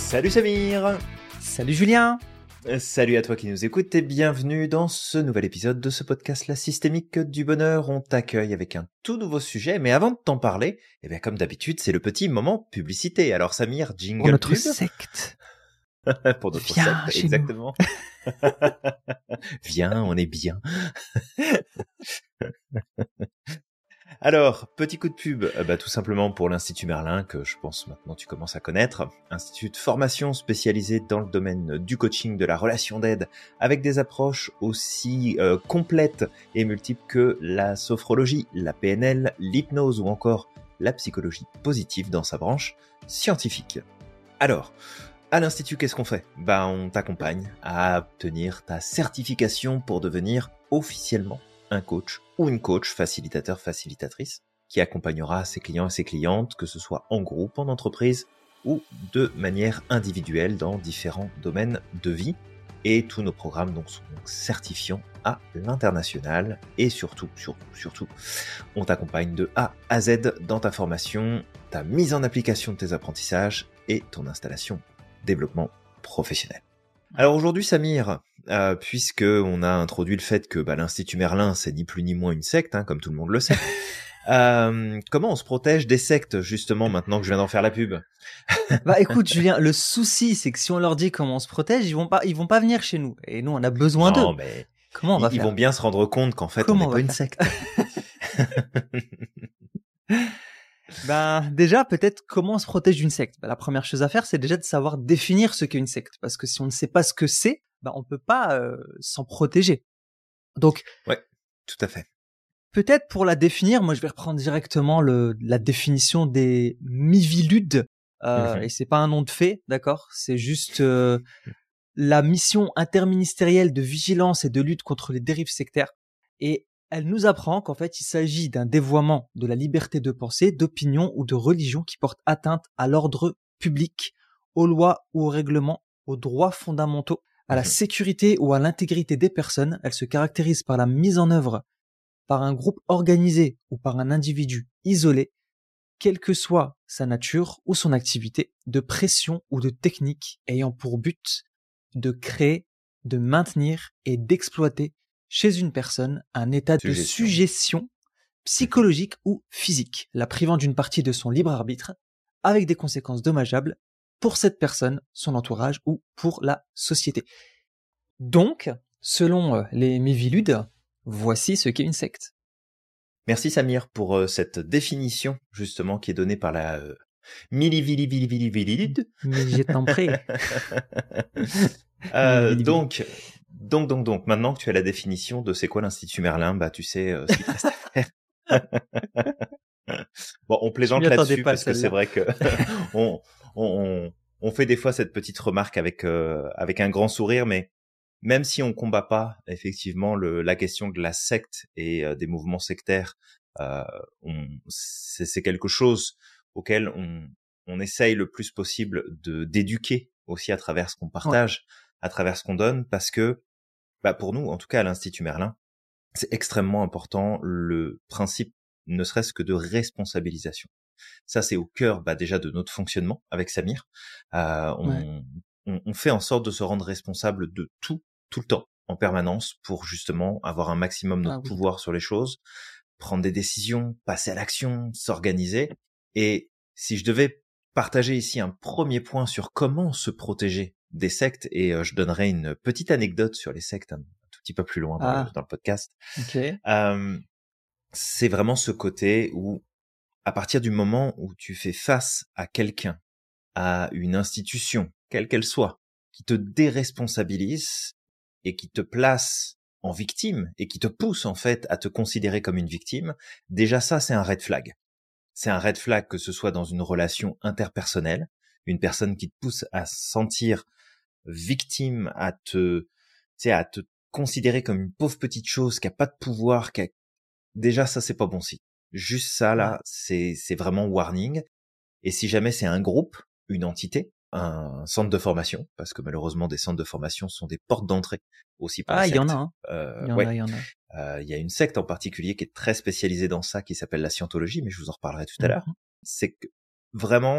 Salut Samir. Salut Julien. Salut à toi qui nous écoutes et bienvenue dans ce nouvel épisode de ce podcast La Systémique du Bonheur. On t'accueille avec un tout nouveau sujet, mais avant de t'en parler, eh bien comme d'habitude, c'est le petit moment publicité. Alors Samir, jingle Pour notre pub. secte. Pour notre Viens secte, chez exactement. Viens, on est bien. Alors, petit coup de pub, tout simplement pour l'Institut Merlin, que je pense maintenant tu commences à connaître. Institut de formation spécialisé dans le domaine du coaching, de la relation d'aide, avec des approches aussi complètes et multiples que la sophrologie, la PNL, l'hypnose ou encore la psychologie positive dans sa branche scientifique. Alors, à l'Institut, qu'est-ce qu'on fait ? On t'accompagne à obtenir ta certification pour devenir officiellement un coach ou une coach, facilitateur, facilitatrice, qui accompagnera ses clients et ses clientes, que ce soit en groupe, en entreprise ou de manière individuelle dans différents domaines de vie. Et tous nos programmes sont donc certifiants à l'international. Et surtout, on t'accompagne de A à Z dans ta formation, ta mise en application de tes apprentissages et ton installation, développement professionnel. Alors aujourd'hui, Samir, puisque on a introduit le fait que l'Institut Merlin, c'est ni plus ni moins une secte, comme tout le monde le sait. Comment on se protège des sectes, justement, maintenant que je viens d'en faire la pub ? Écoute, Julien, le souci, c'est que si on leur dit comment on se protège, ils vont pas venir chez nous. Et nous, on a besoin d'eux. Non, mais comment on va faire ? Ils vont bien se rendre compte qu'en fait, on n'est pas une secte. Déjà, peut-être comment on se protège d'une secte. La première chose à faire, c'est déjà de savoir définir ce qu'est une secte. Parce que si on ne sait pas ce que c'est, on peut pas s'en protéger. Donc, ouais, tout à fait. Peut-être pour la définir, moi je vais reprendre directement la définition des Miviludes. Et c'est pas un nom de fée, d'accord ? C'est juste la mission interministérielle de vigilance et de lutte contre les dérives sectaires. Et elle nous apprend qu'en fait, il s'agit d'un dévoiement de la liberté de pensée, d'opinion ou de religion qui porte atteinte à l'ordre public, aux lois ou aux règlements, aux droits fondamentaux, à la sécurité ou à l'intégrité des personnes. Elle se caractérise par la mise en œuvre par un groupe organisé ou par un individu isolé, quelle que soit sa nature ou son activité, de pression ou de technique ayant pour but de créer, de maintenir et d'exploiter chez une personne un état de suggestion psychologique ou physique, la privant d'une partie de son libre arbitre, avec des conséquences dommageables pour cette personne, son entourage ou pour la société. Donc, selon les Miviludes, voici ce qu'est une secte. Merci Samir pour cette définition justement qui est donnée par la Mivilude. Mais je t'en prie. Donc, maintenant que tu as la définition de c'est quoi l'Institut Merlin, tu sais ce qu'il te reste à faire. Bon, on plaisante là-dessus parce que c'est vrai que on fait des fois cette petite remarque avec un grand sourire, mais même si on combat pas effectivement la question de la secte et des mouvements sectaires, c'est quelque chose auquel on essaye le plus possible d'éduquer aussi à travers ce qu'on partage, à travers ce qu'on donne, parce que pour nous, en tout cas à l'Institut Merlin, c'est extrêmement important le principe, ne serait-ce que de responsabilisation. Ça, c'est au cœur déjà de notre fonctionnement avec Samir. On fait en sorte de se rendre responsable de tout le temps, en permanence, pour justement avoir un maximum de pouvoir sur les choses, prendre des décisions, passer à l'action, s'organiser. Et si je devais partager ici un premier point sur comment se protéger des sectes, et je donnerai une petite anecdote sur les sectes un tout petit peu plus loin dans le podcast. Okay. C'est vraiment ce côté où, à partir du moment où tu fais face à quelqu'un, à une institution, quelle qu'elle soit, qui te déresponsabilise et qui te place en victime et qui te pousse en fait à te considérer comme une victime, déjà ça c'est un red flag. C'est un red flag que ce soit dans une relation interpersonnelle, une personne qui te pousse à se sentir victime, à te considérer comme une pauvre petite chose qui a pas de pouvoir, déjà ça c'est pas bon signe. Juste ça là, c'est vraiment warning. Et si jamais c'est un groupe, une entité, un centre de formation, parce que malheureusement des centres de formation sont des portes d'entrée aussi pour les sectes. Il y en a, hein. Il y en a. Il y a une secte en particulier qui est très spécialisée dans ça, qui s'appelle la scientologie, mais je vous en reparlerai tout à l'heure. C'est que vraiment,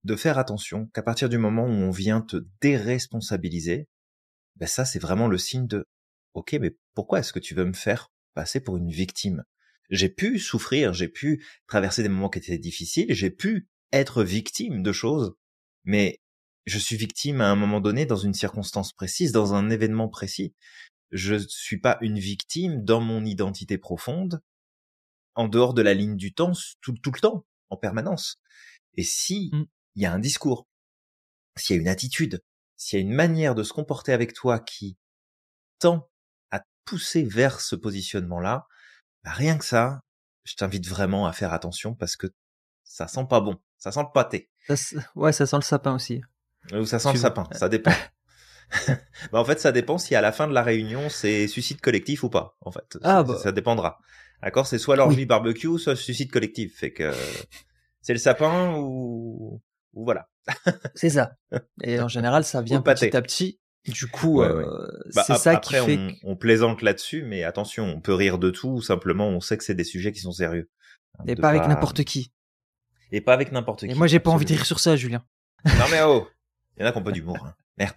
de faire attention qu'à partir du moment où on vient te déresponsabiliser, ben ça c'est vraiment le signe de ok, mais pourquoi est-ce que tu veux me faire passer pour une victime? J'ai pu souffrir, j'ai pu traverser des moments qui étaient difficiles, j'ai pu être victime de choses, mais je suis victime à un moment donné dans une circonstance précise, dans un événement précis. Je suis pas une victime dans mon identité profonde, en dehors de la ligne du temps, tout le temps, en permanence. Et si Mm. il y a un discours, s'il y a une attitude, s'il y a une manière de se comporter avec toi qui tend à te pousser vers ce positionnement-là, bah rien que ça, je t'invite vraiment à faire attention parce que ça sent pas bon, ça sent le pâté. Ouais, ça sent le sapin aussi. Ou ça sent le Tu veux. sapin, ça dépend. Bah en fait, ça dépend si à la fin de la réunion, c'est suicide collectif ou pas. En fait, Ah bah ça dépendra. D'accord, c'est soit l'orgie oui, barbecue, soit suicide collectif. Fait que c'est le sapin ou voilà. c'est ça. Et en général, ça Ou vient le petit pâté. à petit. Du coup, Ouais, ouais. Bah c'est ça qui après, fait que... on plaisante là-dessus, mais attention, on peut rire de tout. Ou simplement, on sait que c'est des sujets qui sont sérieux. Hein, Et de pas avec pas n'importe qui. et pas avec n'importe Et moi, qui. j'ai pas envie de Absolument. rire sur ça, Julien. Non mais oh, il y en a qui ont pas d'humour. Hein. Merde.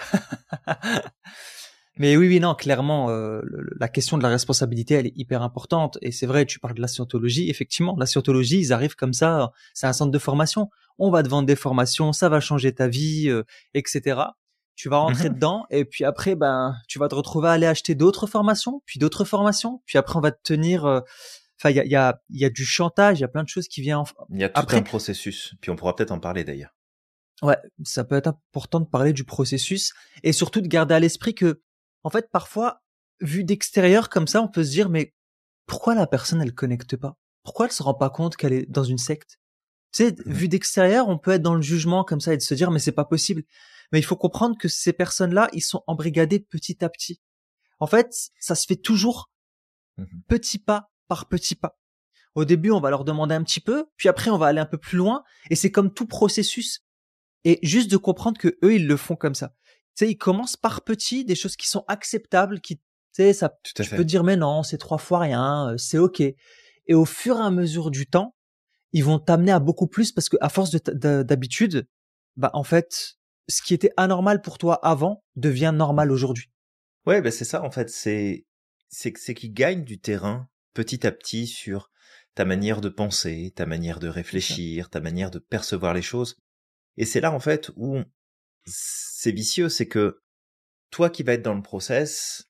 Mais oui, oui, non, clairement, la question de la responsabilité, elle est hyper importante. Et c'est vrai, tu parles de la scientologie. Effectivement, la scientologie, ils arrivent comme ça. C'est un centre de formation. On va te vendre des formations, ça va changer ta vie, etc. Tu vas rentrer Mhm. dedans et puis après, ben, tu vas te retrouver à aller acheter d'autres formations, puis d'autres formations, puis après, on va te tenir. Enfin, il y a du chantage, il y a plein de choses qui viennent. Il y a tout un Après, processus. Puis on pourra peut-être en parler d'ailleurs. ouais, ça peut être important de parler du processus et surtout de garder à l'esprit que, en fait, parfois, vu d'extérieur comme ça, on peut se dire, mais pourquoi la personne, elle connecte pas? Pourquoi elle se rend pas compte qu'elle est dans une secte? Tu sais, Mhm. vu d'extérieur, on peut être dans le jugement comme ça et de se dire, mais c'est pas possible. Mais il faut comprendre que ces personnes-là, ils sont embrigadés petit à petit. En fait, ça se fait toujours Mhm. petit pas par petit pas. Au début, on va leur demander un petit peu, puis après, on va aller un peu plus loin, et c'est comme tout processus. Et juste de comprendre que eux, ils le font comme ça. Tu sais, ils commencent par petit, des choses qui sont acceptables, qui, tu sais, ça, Tout à tu peux fait. dire, mais non, c'est 3 fois rien, c'est ok. Et au fur et à mesure du temps, ils vont t'amener à beaucoup plus parce que à force d'habitude, bah, en fait, ce qui était anormal pour toi avant devient normal aujourd'hui. Ouais, ben c'est ça en fait. C'est qu'ils gagnent du terrain petit à petit sur ta manière de penser, ta manière de C'est ça. réfléchir, ta manière de percevoir les choses. Et c'est là en fait où c'est vicieux, c'est que toi qui vas être dans le process,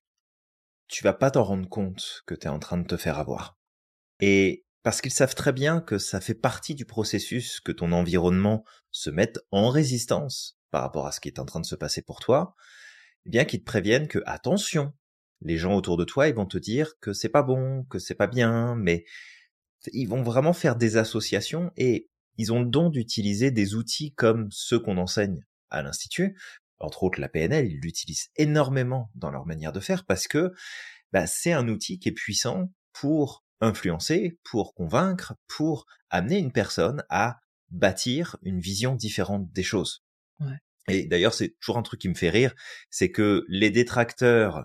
tu vas pas t'en rendre compte que tu es en train de te faire avoir. Et parce qu'ils savent très bien que ça fait partie du processus que ton environnement se mette en résistance par rapport à ce qui est en train de se passer pour toi, eh bien qu'ils te préviennent que attention, les gens autour de toi, ils vont te dire que c'est pas bon, que c'est pas bien, mais ils vont vraiment faire des associations et ils ont le don d'utiliser des outils comme ceux qu'on enseigne à l'Institut. Entre autres, la PNL, ils l'utilisent énormément dans leur manière de faire parce que bah, c'est un outil qui est puissant pour influencer, pour convaincre, pour amener une personne à bâtir une vision différente des choses. Ouais. Et d'ailleurs, c'est toujours un truc qui me fait rire, c'est que les détracteurs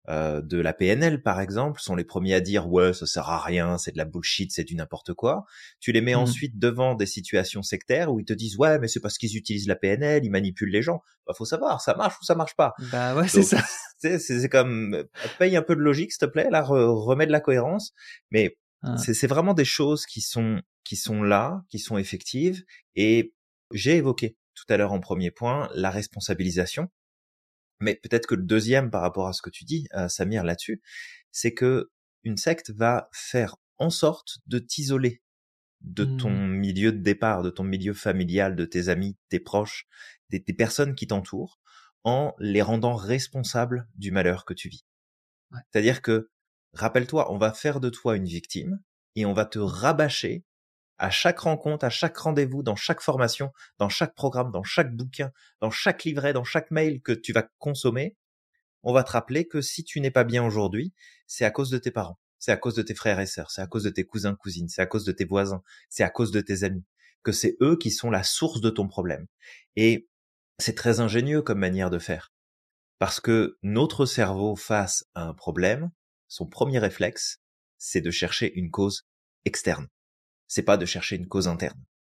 de la PNL, par exemple, sont les premiers à dire ouais, ça sert à rien, c'est de la bullshit, c'est du n'importe quoi. Tu les mets Mhm. ensuite devant des situations sectaires où ils te disent ouais, mais c'est parce qu'ils utilisent la PNL, ils manipulent les gens. Bah, faut savoir, ça marche ou ça marche pas. Bah ouais, c'est Donc ça. c'est comme paye un peu de logique, s'il te plaît, là remets de la cohérence. Mais Hein. c'est vraiment des choses qui sont là, qui sont effectives. Et j'ai évoqué tout à l'heure en premier point la responsabilisation. Mais peut-être que le deuxième par rapport à ce que tu dis, Samir, là-dessus, c'est que une secte va faire en sorte de t'isoler de Mhm. ton milieu de départ, de ton milieu familial, de tes amis, tes proches, des personnes qui t'entourent, en les rendant responsables du malheur que tu vis. Ouais. C'est-à-dire que, rappelle-toi, on va faire de toi une victime et on va te rabâcher à chaque rencontre, à chaque rendez-vous, dans chaque formation, dans chaque programme, dans chaque bouquin, dans chaque livret, dans chaque mail que tu vas consommer, on va te rappeler que si tu n'es pas bien aujourd'hui, c'est à cause de tes parents, c'est à cause de tes frères et sœurs, c'est à cause de tes cousins, cousines, c'est à cause de tes voisins, c'est à cause de tes amis, que c'est eux qui sont la source de ton problème. Et c'est très ingénieux comme manière de faire. Parce que notre cerveau face à un problème, son premier réflexe, c'est de chercher une cause externe. C'est pas de chercher une cause interne.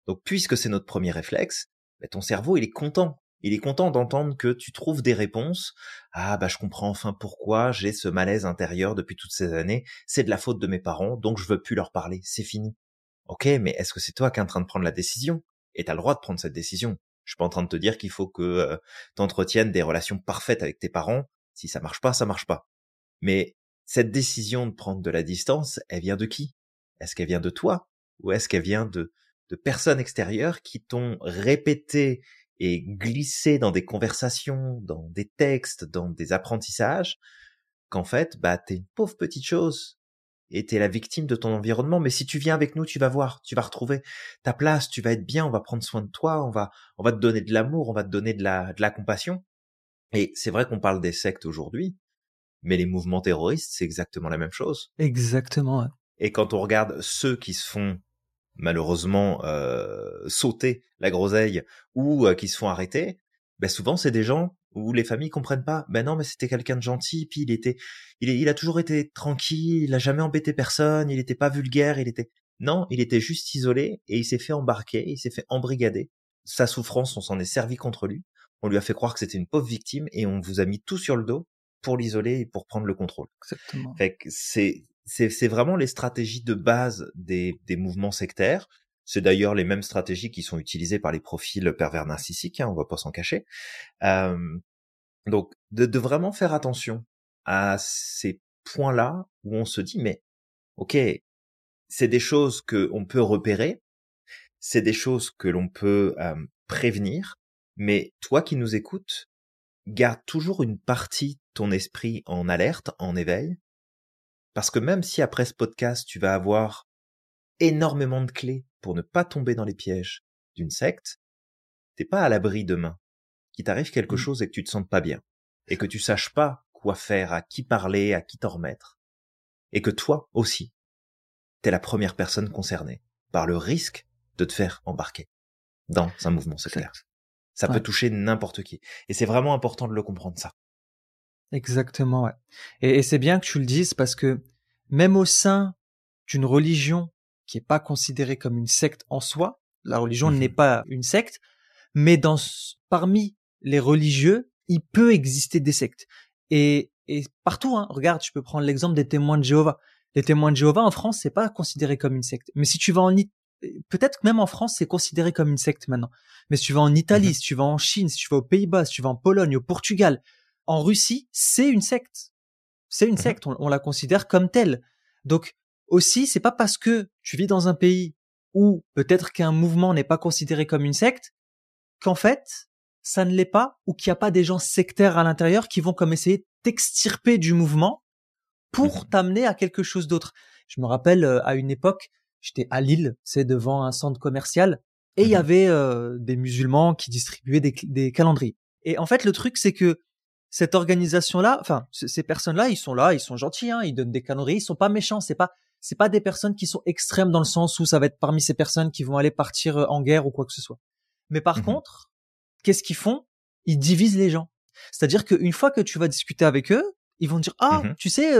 Donc, puisque c'est notre premier réflexe, bah, ton cerveau, il est content. Il est content d'entendre que tu trouves des réponses. Ah, bah, je comprends enfin pourquoi j'ai ce malaise intérieur depuis toutes ces années. C'est de la faute de mes parents, donc je veux plus leur parler. C'est fini. Ok, mais est-ce que c'est toi qui es en train de prendre la décision? Et t'as le droit de prendre cette décision. Je suis pas en train de te dire qu'il faut que t'entretiennes des relations parfaites avec tes parents. Si ça marche pas, ça marche pas. Mais cette décision de prendre de la distance, elle vient de qui? Est-ce qu'elle vient de toi? Ou est-ce qu'elle vient de personnes extérieures qui t'ont répété et glissé dans des conversations, dans des textes, dans des apprentissages, qu'en fait, bah, t'es une pauvre petite chose et t'es la victime de ton environnement. Mais si tu viens avec nous, tu vas voir, tu vas retrouver ta place, tu vas être bien, on va prendre soin de toi, on va te donner de l'amour, on va te donner de la compassion. Et c'est vrai qu'on parle des sectes aujourd'hui, mais les mouvements terroristes, c'est exactement la même chose. Exactement, ouais. Et quand on regarde ceux qui se font malheureusement sauter la groseille ou qui se font arrêter, ben souvent c'est des gens où les familles comprennent pas. Ben non, mais c'était quelqu'un de gentil, puis il a toujours été tranquille, il a jamais embêté personne, il était pas vulgaire, il était juste isolé et il s'est fait embarquer, il s'est fait embrigader. Sa souffrance, on s'en est servi contre lui. On lui a fait croire que c'était une pauvre victime et on vous a mis tout sur le dos pour l'isoler et pour prendre le contrôle. Exactement. Fait que c'est vraiment les stratégies de base des mouvements sectaires. C'est d'ailleurs les mêmes stratégies qui sont utilisées par les profils pervers narcissiques, hein, on va pas s'en cacher. Donc, de vraiment faire attention à ces points-là où on se dit, mais ok, c'est des choses que on peut repérer, c'est des choses que l'on peut prévenir, mais toi qui nous écoutes, garde toujours une partie de ton esprit en alerte, en éveil, parce que même si après ce podcast, tu vas avoir énormément de clés pour ne pas tomber dans les pièges d'une secte, t'es pas à l'abri demain qu'il t'arrive quelque chose et que tu te sentes pas bien, et que tu saches pas quoi faire, à qui parler, à qui t'en remettre, et que toi aussi, t'es la première personne concernée par le risque de te faire embarquer dans un mouvement sectaire. Ça peut toucher n'importe qui. Et c'est vraiment important de le comprendre, ça. Exactement, ouais. Et c'est bien que tu le dises parce que même au sein d'une religion qui est pas considérée comme une secte en soi, la religion n'est pas une secte, mais parmi les religieux, il peut exister des sectes. Et partout, hein, regarde, tu peux prendre l'exemple des témoins de Jéhovah. Les témoins de Jéhovah en France, c'est pas considéré comme une secte. Mais si tu vas peut-être que même en France, c'est considéré comme une secte maintenant. Mais si tu vas en Italie, si tu vas en Chine, si tu vas aux Pays-Bas, si tu vas en Pologne, au Portugal, en Russie, c'est une secte. C'est une secte. On la considère comme telle. Donc, aussi, c'est pas parce que tu vis dans un pays où peut-être qu'un mouvement n'est pas considéré comme une secte qu'en fait, ça ne l'est pas, ou qu'il n'y a pas des gens sectaires à l'intérieur qui vont comme essayer de t'extirper du mouvement pour t'amener à quelque chose d'autre. Je me rappelle, à une époque, j'étais à Lille, c'est devant un centre commercial, et il y avait des musulmans qui distribuaient des calendriers. Et en fait, le truc, c'est que cette organisation-là, enfin, ces personnes-là, ils sont là, ils sont gentils, hein, ils donnent des calendriers, ils sont pas méchants, c'est pas des personnes qui sont extrêmes dans le sens où ça va être parmi ces personnes qui vont aller partir en guerre ou quoi que ce soit. Mais par contre, qu'est-ce qu'ils font? Ils divisent les gens. C'est-à-dire qu'une fois que tu vas discuter avec eux, ils vont dire tu sais,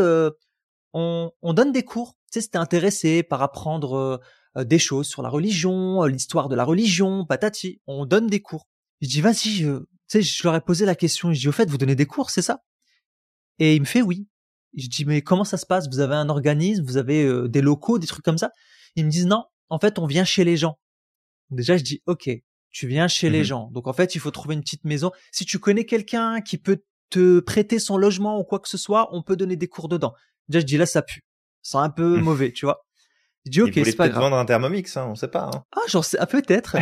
on donne des cours. Tu sais, si t'es intéressé par apprendre des choses sur la religion, l'histoire de la religion, patati, on donne des cours. Je dis vas-y, tu sais, je leur ai posé la question. Je dis au fait, vous donnez des cours, c'est ça? Et il me fait oui. Je dis mais comment ça se passe? Vous avez un organisme, vous avez des locaux, des trucs comme ça? Ils me disent non. En fait, on vient chez les gens. Déjà, je dis ok. Tu viens chez les gens. Donc en fait, il faut trouver une petite maison. Si tu connais quelqu'un qui peut te prêter son logement ou quoi que ce soit, on peut donner des cours dedans. Déjà, je dis là, ça pue. C'est un peu mauvais, tu vois. Je dis ok, c'est pas grave. Peut-être vendre un Thermomix, hein, on sait pas. Hein. Ah, j'en sais, peut-être.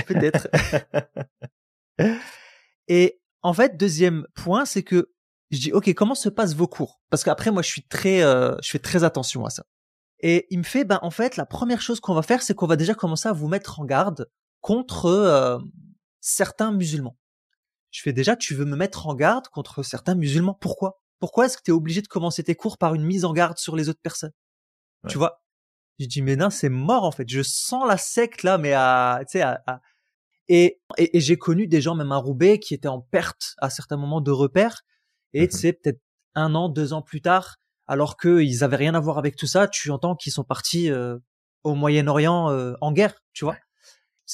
Et en fait, deuxième point, c'est que je dis ok, comment se passent vos cours? Parce qu'après, moi, je fais très attention à ça. Et il me fait, en fait, la première chose qu'on va faire, c'est qu'on va déjà commencer à vous mettre en garde contre certains musulmans. Je fais déjà, tu veux me mettre en garde contre certains musulmans. Pourquoi? Pourquoi est-ce que tu es obligé de commencer tes cours par une mise en garde sur les autres personnes? Ouais. Tu vois? Je dis, mais non, c'est mort, en fait. Je sens la secte, là, mais et j'ai connu des gens, même à Roubaix, qui étaient en perte à certains moments de repères. Et tu sais, peut-être 1 an, 2 ans plus tard, alors qu'ils avaient rien à voir avec tout ça, tu entends qu'ils sont partis au Moyen-Orient en guerre, tu vois. C'est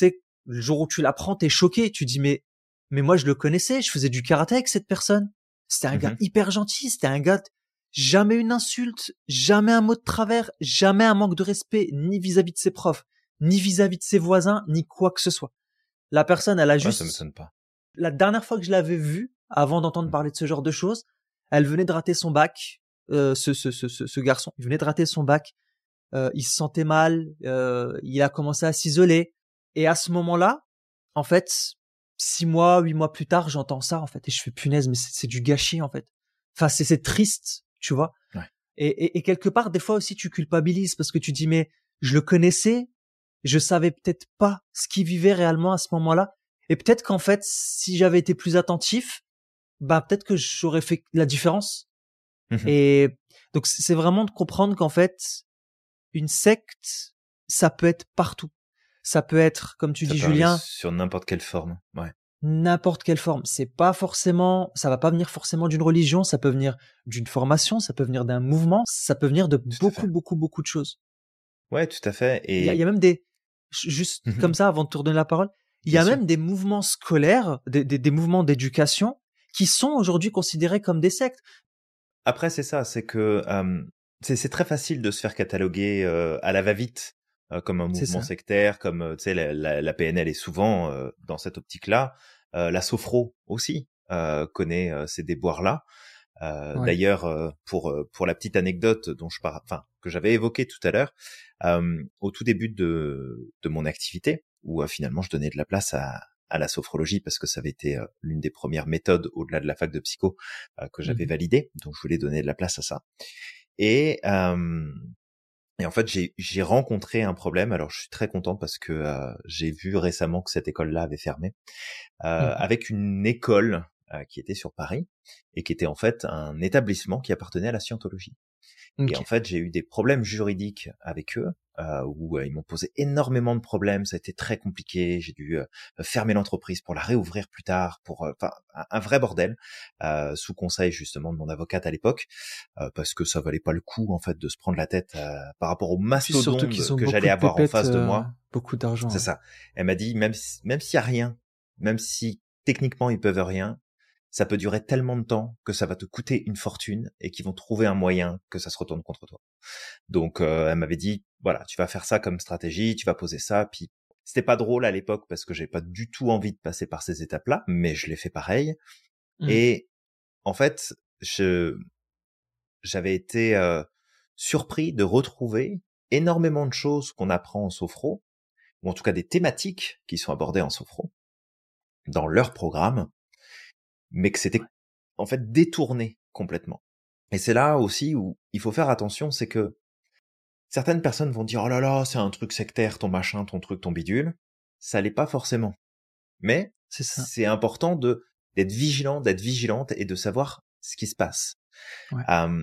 le jour où tu l'apprends, t'es choqué. Tu dis, mais moi, je le connaissais. Je faisais du karaté avec cette personne. C'était un gars hyper gentil. C'était un gars, jamais une insulte, jamais un mot de travers, jamais un manque de respect, ni vis-à-vis de ses profs, ni vis-à-vis de ses voisins, ni quoi que ce soit. La personne, elle a juste... Ça m'étonne pas. La dernière fois que je l'avais vue, avant d'entendre parler de ce genre de choses, elle venait de rater son bac. Ce garçon, il venait de rater son bac. Il se sentait mal. Il a commencé à s'isoler. Et à ce moment-là, en fait, 6 mois, 8 mois plus tard, j'entends ça, en fait. Et je fais punaise, mais c'est du gâchis, en fait. Enfin, c'est triste, tu vois. Ouais. Et quelque part, des fois aussi, tu culpabilises parce que tu dis, mais je le connaissais. Je savais peut-être pas ce qu'il vivait réellement à ce moment-là. Et peut-être qu'en fait, si j'avais été plus attentif, bah, peut-être que j'aurais fait la différence. Et donc, c'est vraiment de comprendre qu'en fait, une secte, ça peut être partout. Ça peut être, comme tu dis, Julien, sur n'importe quelle forme. Ouais. N'importe quelle forme. C'est pas forcément, ça va pas venir forcément d'une religion. Ça peut venir d'une formation. Ça peut venir d'un mouvement. Ça peut venir de beaucoup de choses. Ouais, tout à fait. Et il y a même des, juste comme ça, avant de te redonner la parole, il y a même des mouvements scolaires, des mouvements d'éducation qui sont aujourd'hui considérés comme des sectes. Après, c'est ça, c'est que c'est très facile de se faire cataloguer à la va-vite comme un mouvement sectaire, comme tu sais la PNL est souvent dans cette optique-là. La Sophro aussi connaît ces déboires-là. D'ailleurs, pour la petite anecdote dont que j'avais évoquée tout à l'heure, au tout début de mon activité, où finalement je donnais de la place à la sophrologie parce que ça avait été l'une des premières méthodes au-delà de la fac de psycho que j'avais validée, donc je voulais donner de la place à ça. Et en fait, j'ai rencontré un problème. Alors, je suis très content parce que j'ai vu récemment que cette école-là avait fermé, avec une école qui était sur Paris et qui était en fait un établissement qui appartenait à la scientologie. Et en fait, j'ai eu des problèmes juridiques avec eux, où ils m'ont posé énormément de problèmes. Ça a été très compliqué. J'ai dû fermer l'entreprise pour la réouvrir plus tard, un vrai bordel, sous conseil justement de mon avocate à l'époque, parce que ça valait pas le coup en fait de se prendre la tête par rapport aux mastodontes que j'allais avoir en face de moi. Beaucoup d'argent. C'est ça. Elle m'a dit même s'il y a rien, même si techniquement ils peuvent rien, ça peut durer tellement de temps que ça va te coûter une fortune et qu'ils vont trouver un moyen que ça se retourne contre toi. Donc elle m'avait dit voilà, tu vas faire ça comme stratégie, tu vas poser ça. Puis c'était pas drôle à l'époque parce que j'ai pas du tout envie de passer par ces étapes-là, mais je l'ai fait pareil. Et en fait, j'avais été surpris de retrouver énormément de choses qu'on apprend en sophro, ou en tout cas des thématiques qui sont abordées en sophro dans leur programme, mais que c'était en fait détourné complètement. Et c'est là aussi où il faut faire attention, c'est que certaines personnes vont dire « Oh là là, c'est un truc sectaire, ton machin, ton truc, ton bidule ». Ça l'est pas forcément. Mais c'est important d'être vigilant, d'être vigilante et de savoir ce qui se passe. Ouais.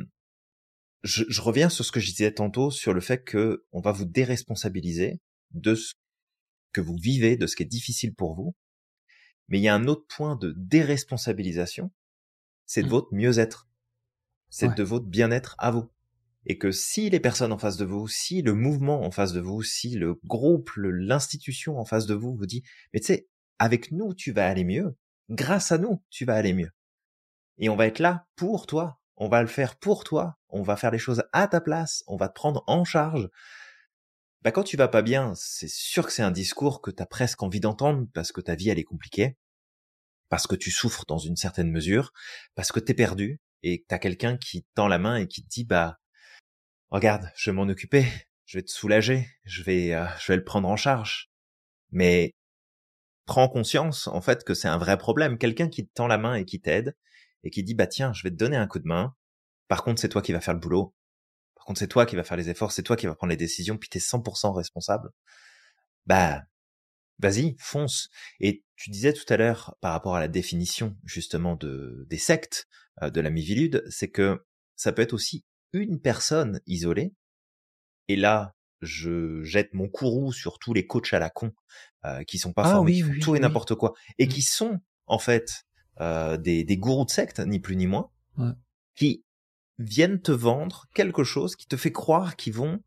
Je reviens sur ce que je disais tantôt, sur le fait que on va vous déresponsabiliser de ce que vous vivez, de ce qui est difficile pour vous. Mais il y a un autre point de déresponsabilisation, c'est de votre mieux-être. C'est de votre bien-être à vous. Et que si les personnes en face de vous, si le mouvement en face de vous, si le groupe, l'institution en face de vous vous dit « Mais tu sais, avec nous, tu vas aller mieux. Grâce à nous, tu vas aller mieux. Et on va être là pour toi. On va le faire pour toi. On va faire les choses à ta place. On va te prendre en charge. » Bah, quand tu vas pas bien, c'est sûr que c'est un discours que t'as presque envie d'entendre parce que ta vie, elle est compliquée. Parce que tu souffres dans une certaine mesure. Parce que t'es perdu. Et que t'as quelqu'un qui tend la main et qui te dit « Bah, regarde, je vais m'en occuper. Je vais te soulager. Je vais le prendre en charge. » Mais prends conscience, en fait, que c'est un vrai problème. Quelqu'un qui te tend la main et qui t'aide et qui dit « Bah, tiens, je vais te donner un coup de main. Par contre, c'est toi qui vas faire le boulot. Par contre, c'est toi qui vas faire les efforts. C'est toi qui vas prendre les décisions. Puis t'es 100% responsable. » Bah, vas-y, fonce. Et tu disais tout à l'heure, par rapport à la définition, justement, des sectes, de la Miviludes, c'est que ça peut être aussi une personne isolée. Et là, je jette mon courroux sur tous les coachs à la con, qui sont pas formés, qui font tout et n'importe quoi, et qui sont, en fait, des gourous de secte, ni plus ni moins, qui viennent te vendre quelque chose qui te fait croire qu'ils vont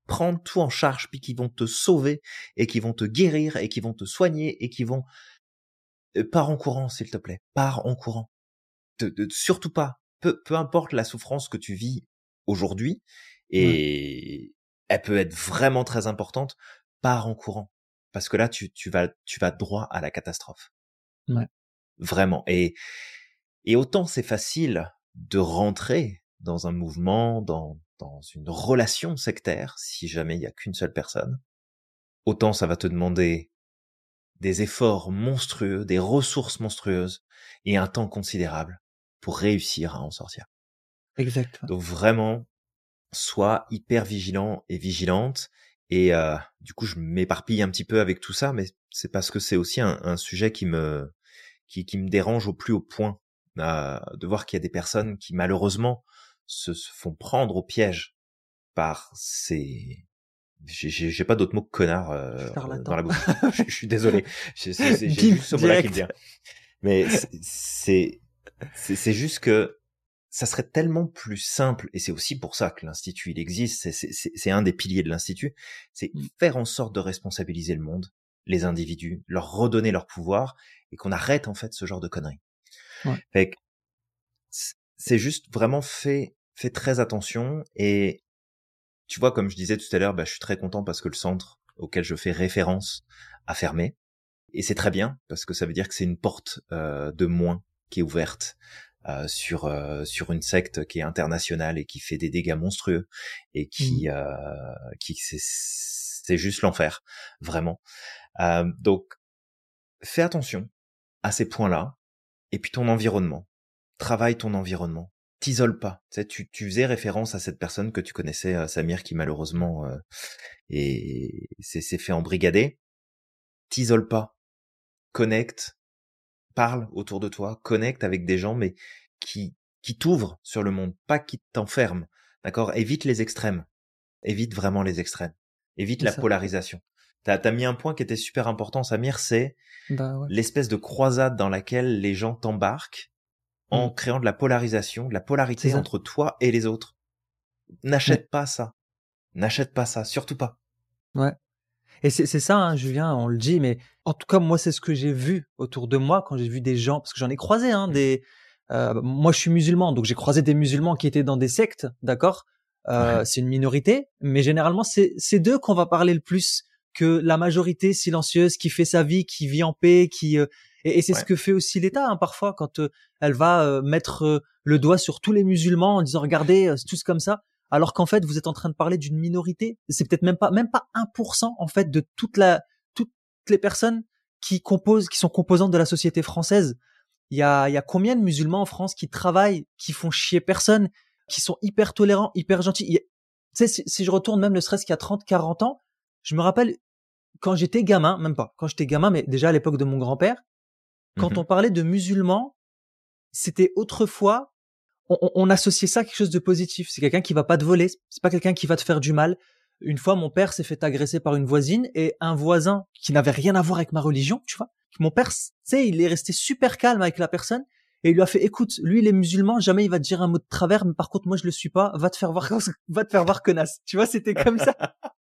prendre tout en charge, puis qui vont te sauver, et qui vont te guérir, et qui vont te soigner, et qui vont... Pars en courant, s'il te plaît. Pars en courant. Surtout pas. Peu importe la souffrance que tu vis aujourd'hui, et elle peut être vraiment très importante, pars en courant. Parce que là, tu vas droit à la catastrophe. Ouais. Vraiment. Et autant c'est facile de rentrer dans un mouvement, dans une relation sectaire, si jamais il y a qu'une seule personne, autant ça va te demander des efforts monstrueux, des ressources monstrueuses et un temps considérable pour réussir à en sortir. Exact. Donc vraiment, sois hyper vigilant et vigilante. Et du coup, je m'éparpille un petit peu avec tout ça, mais c'est parce que c'est aussi un sujet qui me dérange au plus haut point, de voir qu'il y a des personnes qui malheureusement se font prendre au piège par ces... J'ai pas d'autre mot que connard dans la bouche. Je suis désolé. J'ai juste ce mot-là qui me vient. Mais c'est juste que ça serait tellement plus simple, et c'est aussi pour ça que l'Institut il existe, c'est un des piliers de l'Institut, c'est faire en sorte de responsabiliser le monde, les individus, leur redonner leur pouvoir, et qu'on arrête en fait ce genre de conneries. Ouais. Fait que c'est juste vraiment fait très attention. Et tu vois, comme je disais tout à l'heure, je suis très content parce que le centre auquel je fais référence a fermé, et c'est très bien parce que ça veut dire que c'est une porte de moins qui est ouverte sur une secte qui est internationale et qui fait des dégâts monstrueux et qui c'est juste l'enfer, vraiment. Donc fais attention à ces points-là. Et puis ton environnement, travaille ton environnement, t'isole pas. Tu sais, tu faisais référence à cette personne que tu connaissais, Samir, qui malheureusement s'est fait embrigader. T'isole pas, connecte, parle autour de toi, connecte avec des gens, mais qui t'ouvrent sur le monde, pas qui t'enferment. D'accord ? Évite les extrêmes. Évite vraiment les extrêmes. Évite la polarisation. T'as mis un point qui était super important, Samir, c'est l'espèce de croisade dans laquelle les gens t'embarquent en créant de la polarisation, de la polarité entre toi et les autres. N'achète pas ça. N'achète pas ça, surtout pas. Ouais. Et c'est ça, hein, Julien, on le dit, mais en tout cas, moi, c'est ce que j'ai vu autour de moi quand j'ai vu des gens, parce que j'en ai croisé, moi, je suis musulman, donc j'ai croisé des musulmans qui étaient dans des sectes, d'accord ? C'est une minorité, mais généralement, c'est d'eux qu'on va parler le plus que la majorité silencieuse qui fait sa vie, qui vit en paix, et c'est ce que fait aussi l'État, hein, parfois, quand elle va mettre le doigt sur tous les musulmans en disant, regardez, c'est tous comme ça. Alors qu'en fait, vous êtes en train de parler d'une minorité. C'est peut-être même pas 1% en fait de toutes les personnes qui sont composantes de la société française. Il y a combien de musulmans en France qui travaillent, qui font chier personne, qui sont hyper tolérants, hyper gentils. Tu sais, si je retourne même ne serait-ce qu'il y a 30, 40 ans, je me rappelle quand j'étais gamin, même pas quand j'étais gamin, mais déjà à l'époque de mon grand-père, quand on parlait de musulmans, c'était autrefois, on associait ça à quelque chose de positif. C'est quelqu'un qui va pas te voler, c'est pas quelqu'un qui va te faire du mal. Une fois, mon père s'est fait agresser par une voisine et un voisin qui n'avait rien à voir avec ma religion, tu vois. Mon père, tu sais, il est resté super calme avec la personne et il lui a fait, écoute, lui, il est musulman, jamais il va te dire un mot de travers, mais par contre, moi, je le suis pas, va te faire voir connasse. Tu vois, c'était comme ça.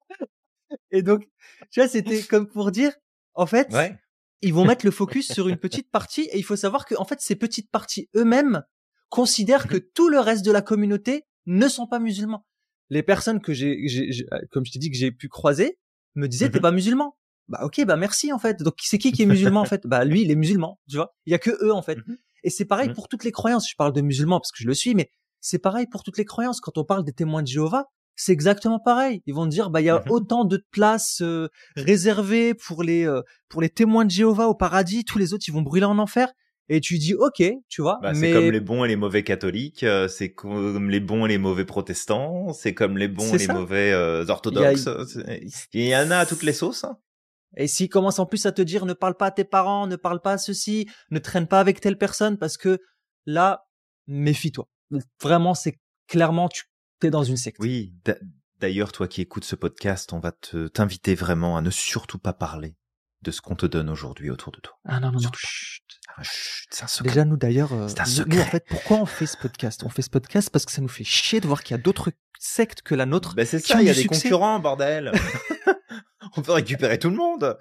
Et donc, tu vois, c'était comme pour dire, en fait, ils vont mettre le focus sur une petite partie et il faut savoir que, en fait, ces petites parties eux-mêmes considèrent que tout le reste de la communauté ne sont pas musulmans. Les personnes que comme je t'ai dit, que j'ai pu croiser, me disaient, t'es pas musulman. Bah, ok, bah, merci, en fait. Donc, c'est qui est musulman, en fait? Bah, lui, il est musulman, tu vois. Il y a que eux, en fait. Et c'est pareil pour toutes les croyances. Je parle de musulmans parce que je le suis, mais c'est pareil pour toutes les croyances. Quand on parle des témoins de Jéhovah, c'est exactement pareil. Ils vont dire, bah, il y a autant de places réservées pour les témoins de Jéhovah au paradis. Tous les autres, ils vont brûler en enfer. Et tu dis, ok, tu vois. Bah, c'est comme les bons et les mauvais catholiques, c'est comme les bons et les mauvais protestants, c'est comme les bons et les mauvais orthodoxes. Il y en a à toutes les sauces. Hein. Et s'ils commencent en plus à te dire, ne parle pas à tes parents, ne parle pas à ceci, ne traîne pas avec telle personne, parce que là, méfie-toi. Vraiment, c'est clairement, t'es dans une secte. Oui, d'ailleurs, toi qui écoutes ce podcast, on va t'inviter vraiment à ne surtout pas parler de ce qu'on te donne aujourd'hui autour de toi. Ah non. Chut, Chut, c'est un secret. Déjà, nous d'ailleurs, C'est un nous, secret. en fait, pourquoi on fait ce podcast? On fait ce podcast parce que ça nous fait chier de voir qu'il y a d'autres sectes que la nôtre. Ben c'est qui ça, ont il y a du des succès. concurrents, bordel. On peut récupérer tout le monde.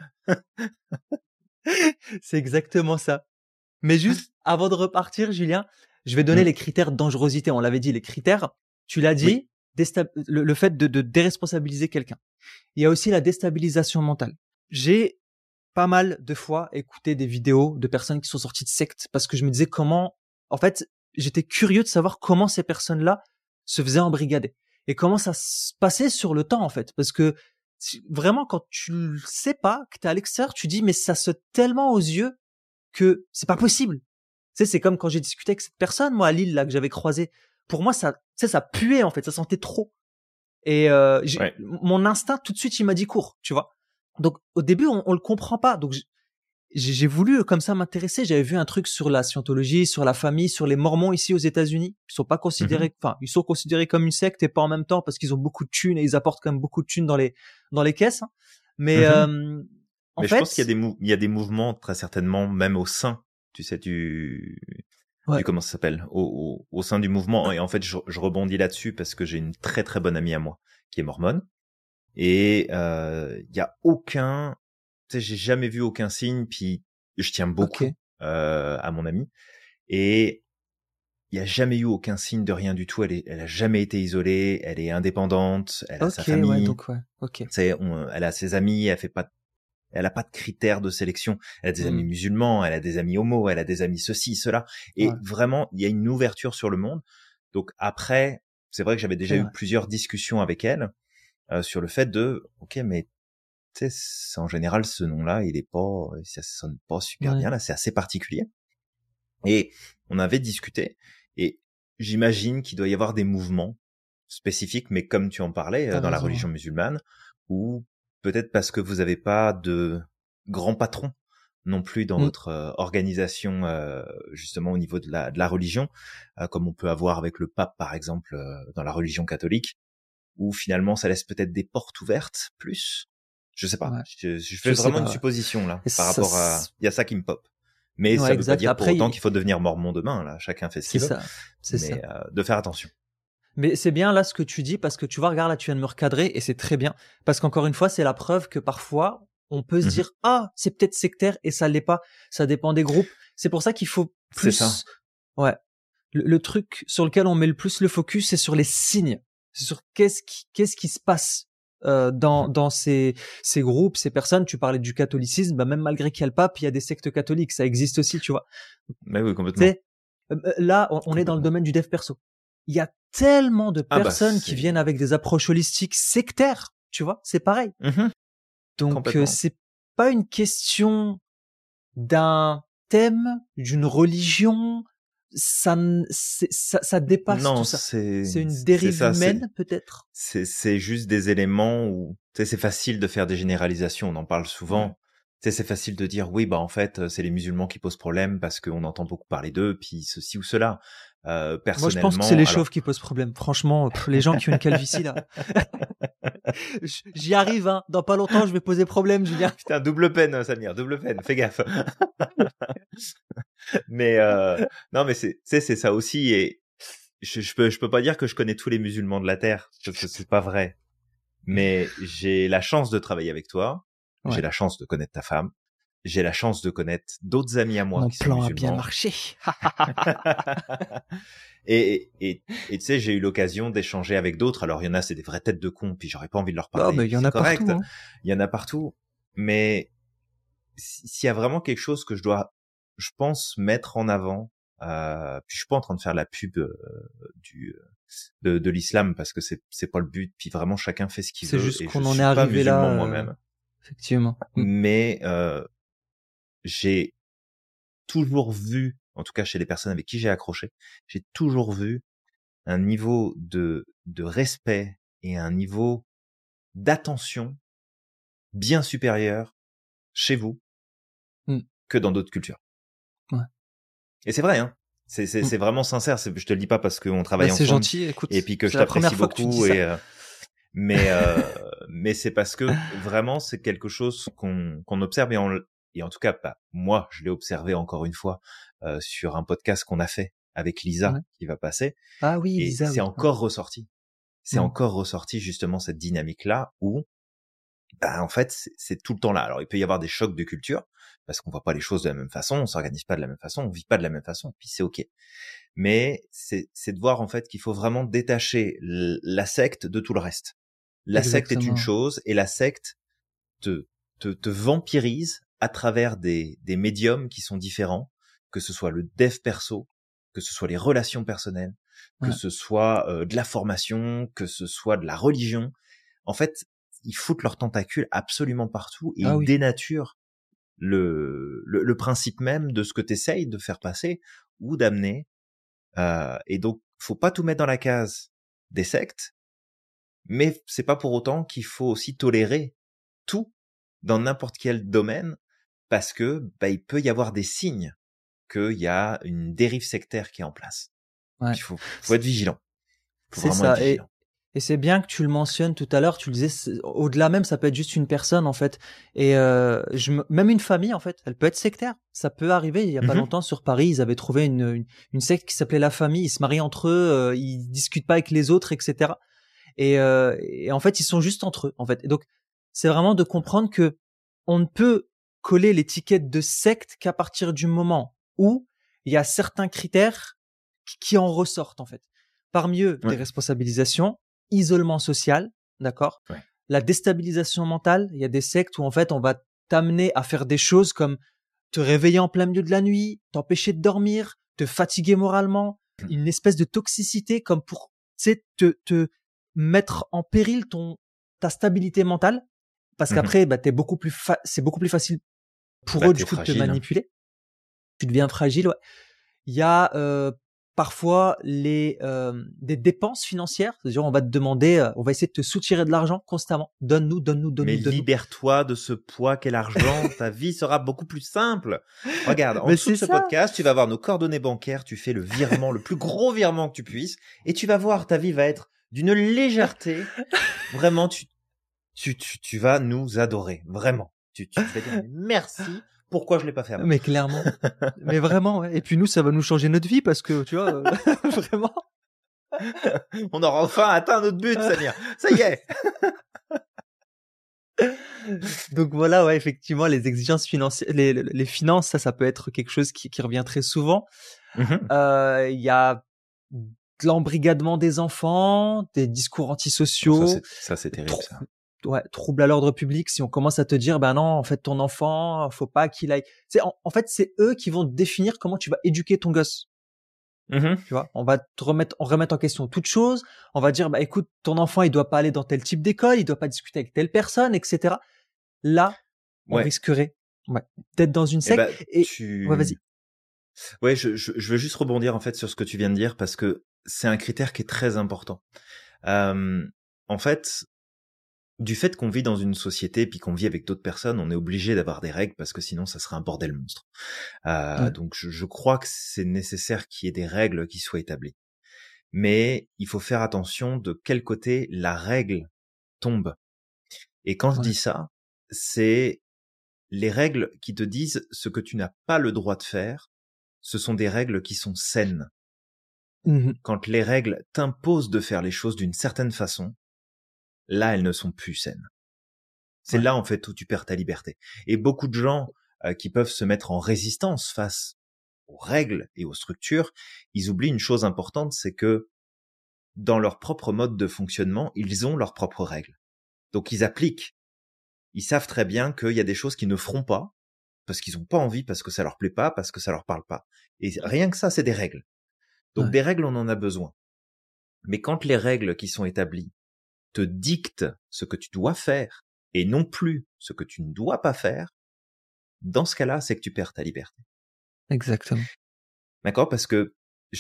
C'est exactement ça. Mais juste avant de repartir, Julien, je vais donner les critères de dangerosité. On l'avait dit, les critères. Tu l'as dit, le fait de déresponsabiliser quelqu'un. Il y a aussi la déstabilisation mentale. J'ai pas mal de fois écouté des vidéos de personnes qui sont sorties de sectes parce que je me disais comment, en fait, j'étais curieux de savoir comment ces personnes-là se faisaient embrigader et comment ça se passait sur le temps, en fait. Parce que vraiment, quand tu le sais pas, que t'es à l'extérieur, tu dis, mais ça saute tellement aux yeux que c'est pas possible. Tu sais, c'est comme quand j'ai discuté avec cette personne, moi, à Lille, là, que j'avais croisé. Pour moi, ça, tu sais, ça puait, en fait, ça sentait trop. Et mon instinct, tout de suite, il m'a dit cours, tu vois. Donc, au début, on le comprend pas. Donc, j'ai voulu comme ça m'intéresser. J'avais vu un truc sur la scientologie, sur la famille, sur les Mormons ici aux États-Unis. Ils sont pas considérés, enfin, ils sont considérés comme une secte et pas en même temps parce qu'ils ont beaucoup de thunes et ils apportent quand même beaucoup de thunes dans les caisses. Hein. Mais en mais fait, je pense qu'il y a des mouvements très certainement même au sein, tu sais, du comment ça s'appelle, au sein du mouvement. Et en fait, je rebondis là-dessus parce que j'ai une très très bonne amie à moi qui est mormone et il y a aucun, tu sais, j'ai jamais vu aucun signe. Puis je tiens beaucoup à mon amie et il y a jamais eu aucun signe de rien du tout. Elle a jamais été isolée. Elle est indépendante. Elle a sa famille. Ouais, donc elle a ses amis. Elle a pas de critères de sélection. Elle a des amis musulmans. Elle a des amis homos. Elle a des amis ceci, cela. Et vraiment, il y a une ouverture sur le monde. Donc après, c'est vrai que j'avais déjà eu plusieurs discussions avec elle sur le fait de, ok, mais tu sais, en général, ce nom-là, ça sonne pas super bien. Là, c'est assez particulier. Et on avait discuté. Et j'imagine qu'il doit y avoir des mouvements spécifiques, mais comme tu en parlais, dans la religion musulmane, ou peut-être parce que vous n'avez pas de grands patrons non plus dans votre organisation, justement au niveau de la religion, comme on peut avoir avec le pape, par exemple, dans la religion catholique, où finalement ça laisse peut-être des portes ouvertes plus. Je sais pas. Je fais vraiment une supposition là, par rapport à... Il y a ça qui me pop. Mais ça veut pas dire pour autant qu'il faut devenir mormon demain. Là, chacun fait ce qu'il veut. C'est ça. De faire attention. Mais c'est bien là ce que tu dis parce que tu vois, regarde là, tu viens de me recadrer et c'est très bien parce qu'encore une fois, c'est la preuve que parfois on peut se dire c'est peut-être sectaire et ça l'est pas. Ça dépend des groupes. C'est pour ça qu'il faut plus. C'est ça. Ouais. Le truc sur lequel on met le plus le focus, c'est sur les signes. C'est sur qu'est-ce qui se passe. Dans ces groupes, ces personnes, tu parlais du catholicisme, bah même malgré qu'il y a le pape, il y a des sectes catholiques, ça existe aussi, tu vois. Mais oui, complètement. Là, on est dans le domaine du dev perso. Il y a tellement de personnes qui viennent avec des approches holistiques sectaires, tu vois, c'est pareil. Donc c'est pas une question d'un thème, d'une religion, ça dépasse tout ça. C'est une dérive humaine peut-être. C'est juste des éléments où tu sais c'est facile de faire des généralisations, on en parle souvent. Tu sais c'est facile de dire oui bah en fait c'est les musulmans qui posent problème parce qu'on entend beaucoup parler d'eux puis ceci ou cela. Personnellement, moi je pense que c'est les chauves qui posent problème. Franchement, les gens qui ont une calvitie là. J'y arrive hein. Dans pas longtemps je vais poser problème, Julien. Putain, double peine Samir, double peine. Fais gaffe. Mais non mais c'est ça aussi et je peux pas dire que je connais tous les musulmans de la terre parce que c'est pas vrai. Mais j'ai la chance de travailler avec toi, j'ai la chance de connaître ta femme, j'ai la chance de connaître d'autres amis à moi qui sont musulmans. Mon plan a bien marché. et tu sais, j'ai eu l'occasion d'échanger avec d'autres. Alors il y en a c'est des vraies têtes de cons puis j'aurais pas envie de leur parler. Mais il y en a correct. Partout. Hein. Il y en a partout. Mais s'il y a vraiment quelque chose que je dois, je pense, mettre en avant, puis je suis pas en train de faire la pub de l'islam parce que c'est pas le but. Puis vraiment chacun fait ce qu'il veut. C'est juste et qu'on je en suis est pas arrivé musulman là. Moi-même. Effectivement. Mais j'ai toujours vu, en tout cas chez les personnes avec qui j'ai accroché, j'ai toujours vu un niveau de respect et un niveau d'attention bien supérieur chez vous que dans d'autres cultures. Ouais. Et c'est vrai, hein. C'est vraiment sincère. Je te le dis pas parce qu'on travaille ensemble. C'est gentil, écoute. Et puis que je t'apprécie beaucoup. Mais c'est parce que vraiment c'est quelque chose qu'on observe et et en tout cas, moi, je l'ai observé encore une fois sur un podcast qu'on a fait avec Lisa qui va passer. Ah oui, Et Lisa, c'est oui. encore ressorti. C'est encore ressorti justement cette dynamique-là où, en fait, c'est tout le temps là. Alors, il peut y avoir des chocs de culture parce qu'on voit pas les choses de la même façon, on s'organise pas de la même façon, on vit pas de la même façon, puis c'est ok. Mais c'est de voir en fait qu'il faut vraiment détacher la secte de tout le reste. La secte est une chose et la secte te vampirise à travers des médiums qui sont différents, que ce soit le dev perso, que ce soit les relations personnelles, que ce soit de la formation, que ce soit de la religion. En fait, ils foutent leurs tentacules absolument partout et ils dénaturent le principe même de ce que tu essayes de faire passer ou d'amener. Et donc, faut pas tout mettre dans la case des sectes, mais c'est pas pour autant qu'il faut aussi tolérer tout dans n'importe quel domaine, parce que il peut y avoir des signes qu'il y a une dérive sectaire qui est en place. Il faut être vigilant. C'est ça. Et c'est bien que tu le mentionnes tout à l'heure. Tu le disais, au-delà même, ça peut être juste une personne en fait. Et même une famille en fait, elle peut être sectaire. Ça peut arriver. Il y a pas longtemps sur Paris, ils avaient trouvé une secte qui s'appelait La Famille. Ils se marient entre eux, ils discutent pas avec les autres, etc. Et en fait, ils sont juste entre eux en fait. Et donc, c'est vraiment de comprendre que on ne peut coller l'étiquette de secte qu'à partir du moment où il y a certains critères qui en ressortent en fait. Parmi eux, des responsabilisations, isolement social, d'accord, la déstabilisation mentale. Il y a des sectes où en fait on va t'amener à faire des choses comme te réveiller en plein milieu de la nuit, t'empêcher de dormir, te fatiguer moralement, une espèce de toxicité comme pour te mettre en péril ta stabilité mentale, parce qu'après c'est beaucoup plus facile pour eux du coup de te manipuler. Tu deviens fragile. Il y a parfois des dépenses financières, c'est-à-dire on va te demander, on va essayer de te soutirer de l'argent constamment. Donne-nous. Mais libère-toi de ce poids qu'est l'argent, ta vie sera beaucoup plus simple. Regarde, en dessous de ce podcast, tu vas avoir nos coordonnées bancaires, tu fais le virement, le plus gros virement que tu puisses, et tu vas voir, ta vie va être d'une légèreté. Vraiment, tu vas nous adorer, vraiment. Tu vas dire merci. Pourquoi je l'ai pas fait avant? Mais clairement. Mais vraiment, ouais. Et puis nous, ça va nous changer notre vie parce que, tu vois, vraiment. On aura enfin atteint notre but, Samir. Ça y est. Donc voilà, ouais, effectivement, les exigences financières, les finances, ça peut être quelque chose qui revient très souvent. Il y a de l'embrigadement des enfants, des discours antisociaux. Ça, c'est terrible, ça. Ouais, trouble à l'ordre public. Si on commence à te dire, non, en fait, ton enfant, faut pas qu'il aille. En fait, c'est eux qui vont définir comment tu vas éduquer ton gosse. Tu vois, on va remettre en question toute chose. On va dire, écoute, ton enfant, il doit pas aller dans tel type d'école, il doit pas discuter avec telle personne, etc. Là, on risquerait d'être dans une secte. Ouais, vas-y. Ouais, je veux juste rebondir en fait sur ce que tu viens de dire parce que c'est un critère qui est très important. En fait, du fait qu'on vit dans une société puis qu'on vit avec d'autres personnes, on est obligé d'avoir des règles parce que sinon ça serait un bordel monstre. Donc je crois que c'est nécessaire qu'il y ait des règles qui soient établies. Mais il faut faire attention de quel côté la règle tombe. Et quand je dis ça, c'est les règles qui te disent ce que tu n'as pas le droit de faire, ce sont des règles qui sont saines. Quand les règles t'imposent de faire les choses d'une certaine façon, là, elles ne sont plus saines. C'est là, en fait, où tu perds ta liberté. Et beaucoup de gens qui peuvent se mettre en résistance face aux règles et aux structures, ils oublient une chose importante, c'est que dans leur propre mode de fonctionnement, ils ont leurs propres règles. Donc, ils appliquent. Ils savent très bien qu'il y a des choses qu'ils ne feront pas, parce qu'ils n'ont pas envie, parce que ça leur plaît pas, parce que ça leur parle pas. Et rien que ça, c'est des règles. Donc, des règles, on en a besoin. Mais quand les règles qui sont établies te dictent ce que tu dois faire et non plus ce que tu ne dois pas faire, dans ce cas-là, c'est que tu perds ta liberté. Exactement. D'accord? Parce que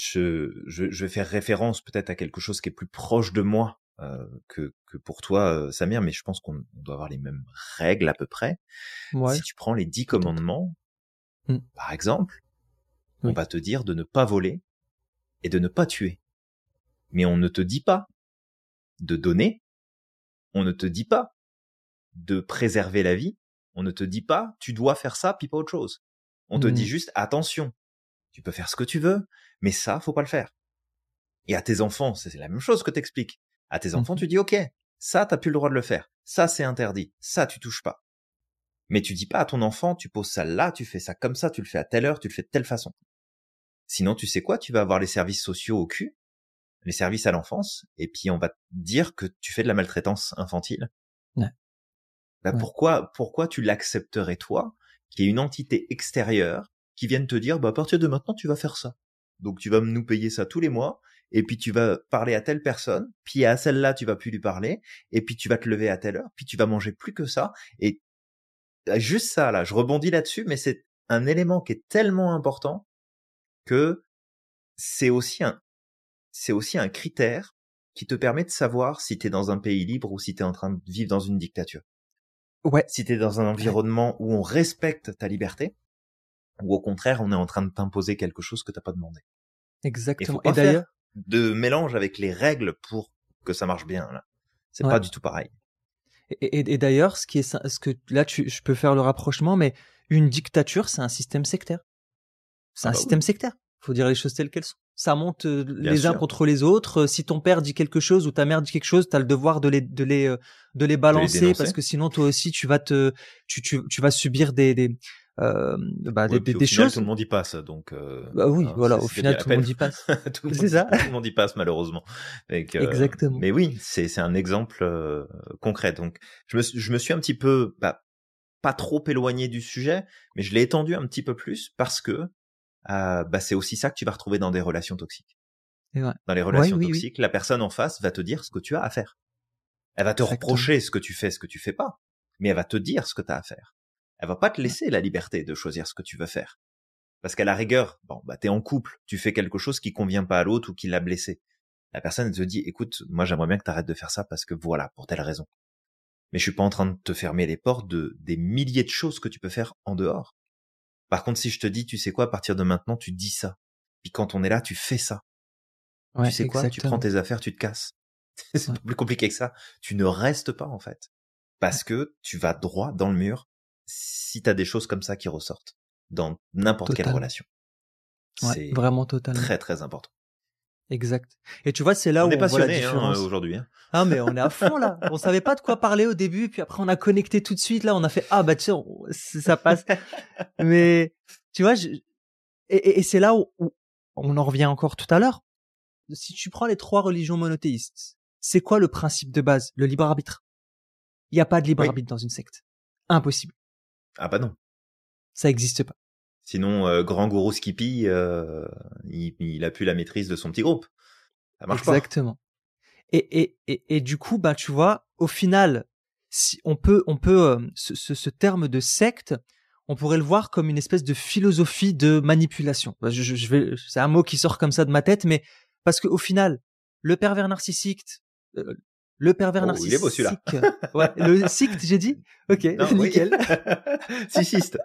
je vais faire référence peut-être à quelque chose qui est plus proche de moi que pour toi, Samir, mais je pense qu'on doit avoir les mêmes règles à peu près. Si tu prends les 10 commandements, par exemple, on va te dire de ne pas voler et de ne pas tuer. Mais on ne te dit pas de donner, on ne te dit pas de préserver la vie, On ne te dit pas, tu dois faire ça, puis pas autre chose. On te dit juste, attention, tu peux faire ce que tu veux, mais ça, faut pas le faire. Et à tes enfants, c'est la même chose que t'expliques. À tes enfants, tu dis, ok, ça, t'as plus le droit de le faire. Ça, c'est interdit. Ça, tu touches pas. Mais tu dis pas à ton enfant, tu poses ça là, tu fais ça comme ça, tu le fais à telle heure, tu le fais de telle façon. Sinon, tu sais quoi, tu vas avoir les services sociaux au cul, les services à l'enfance, et puis on va te dire que tu fais de la maltraitance infantile. Ouais. Bah, pourquoi tu l'accepterais toi, qui est une entité extérieure, qui vienne te dire, bah, à partir de maintenant, tu vas faire ça. Donc, tu vas nous payer ça tous les mois, et puis tu vas parler à telle personne, puis à celle-là, tu vas plus lui parler, et puis tu vas te lever à telle heure, puis tu vas manger plus que ça, et juste ça, là, je rebondis là-dessus, mais c'est un élément qui est tellement important que c'est aussi un critère qui te permet de savoir si t'es dans un pays libre ou si t'es en train de vivre dans une dictature. Ouais. Si t'es dans un environnement où on respecte ta liberté, ou au contraire, on est en train de t'imposer quelque chose que t'as pas demandé. Exactement. Et d'ailleurs, de mélange avec les règles pour que ça marche bien, là. C'est pas du tout pareil. Et d'ailleurs, ce que là, je peux faire le rapprochement, mais une dictature, c'est un système sectaire. C'est un système sectaire. Faut dire les choses telles qu'elles sont. Ça monte les uns contre les autres. Si ton père dit quelque chose ou ta mère dit quelque chose, t'as le devoir de les balancer parce que sinon toi aussi tu vas subir des choses. Tout le monde y passe, donc. Bah oui, voilà. Au final, tout le monde y passe. C'est ça. Tout le monde y passe malheureusement. Exactement. Mais oui, c'est un exemple concret. Donc, je me suis un petit peu, pas trop éloigné du sujet, mais je l'ai étendu un petit peu plus parce que c'est aussi ça que tu vas retrouver dans des relations toxiques. Ouais. Dans les relations toxiques, la personne en face va te dire ce que tu as à faire. Elle va te reprocher ce que tu fais pas, mais elle va te dire ce que tu as à faire. Elle va pas te laisser la liberté de choisir ce que tu veux faire. Parce qu'à la rigueur, t'es en couple, tu fais quelque chose qui convient pas à l'autre ou qui l'a blessé. La personne, elle te dit, écoute, moi j'aimerais bien que t'arrêtes de faire ça parce que voilà, pour telle raison. Mais je suis pas en train de te fermer les portes des milliers de choses que tu peux faire en dehors. Par contre, si je te dis, tu sais quoi, à partir de maintenant, tu dis ça. Puis quand on est là, tu fais ça. Tu sais quoi, tu prends tes affaires, tu te casses. C'est pas plus compliqué que ça. Tu ne restes pas, en fait. Parce que tu vas droit dans le mur si t'as des choses comme ça qui ressortent dans n'importe quelle relation. C'est vraiment totalement. Très, très important. Exact. Et tu vois, c'est là où on voit la différence. Aujourd'hui. Ah, mais on est à fond, là. On savait pas de quoi parler au début, puis après on a connecté tout de suite, là, on a fait, tiens, ça passe. Mais, tu vois, et c'est là où on en revient encore tout à l'heure. Si tu prends les 3 religions monothéistes, c'est quoi le principe de base? Le libre arbitre. Il n'y a pas de libre arbitre dans une secte. Impossible. Ah bah non. Ça existe pas. Sinon, grand gourou Skippy, il a plus la maîtrise de son petit groupe. Ça marche pas. Exactement. Et du coup, tu vois, au final, si on peut ce terme de secte, on pourrait le voir comme une espèce de philosophie de manipulation. C'est un mot qui sort comme ça de ma tête, mais parce qu'au final, le pervers narcissique, narcissique. Il est beau celui-là. Ouais, le secte, j'ai dit. Ok, non, nickel. Narcissique.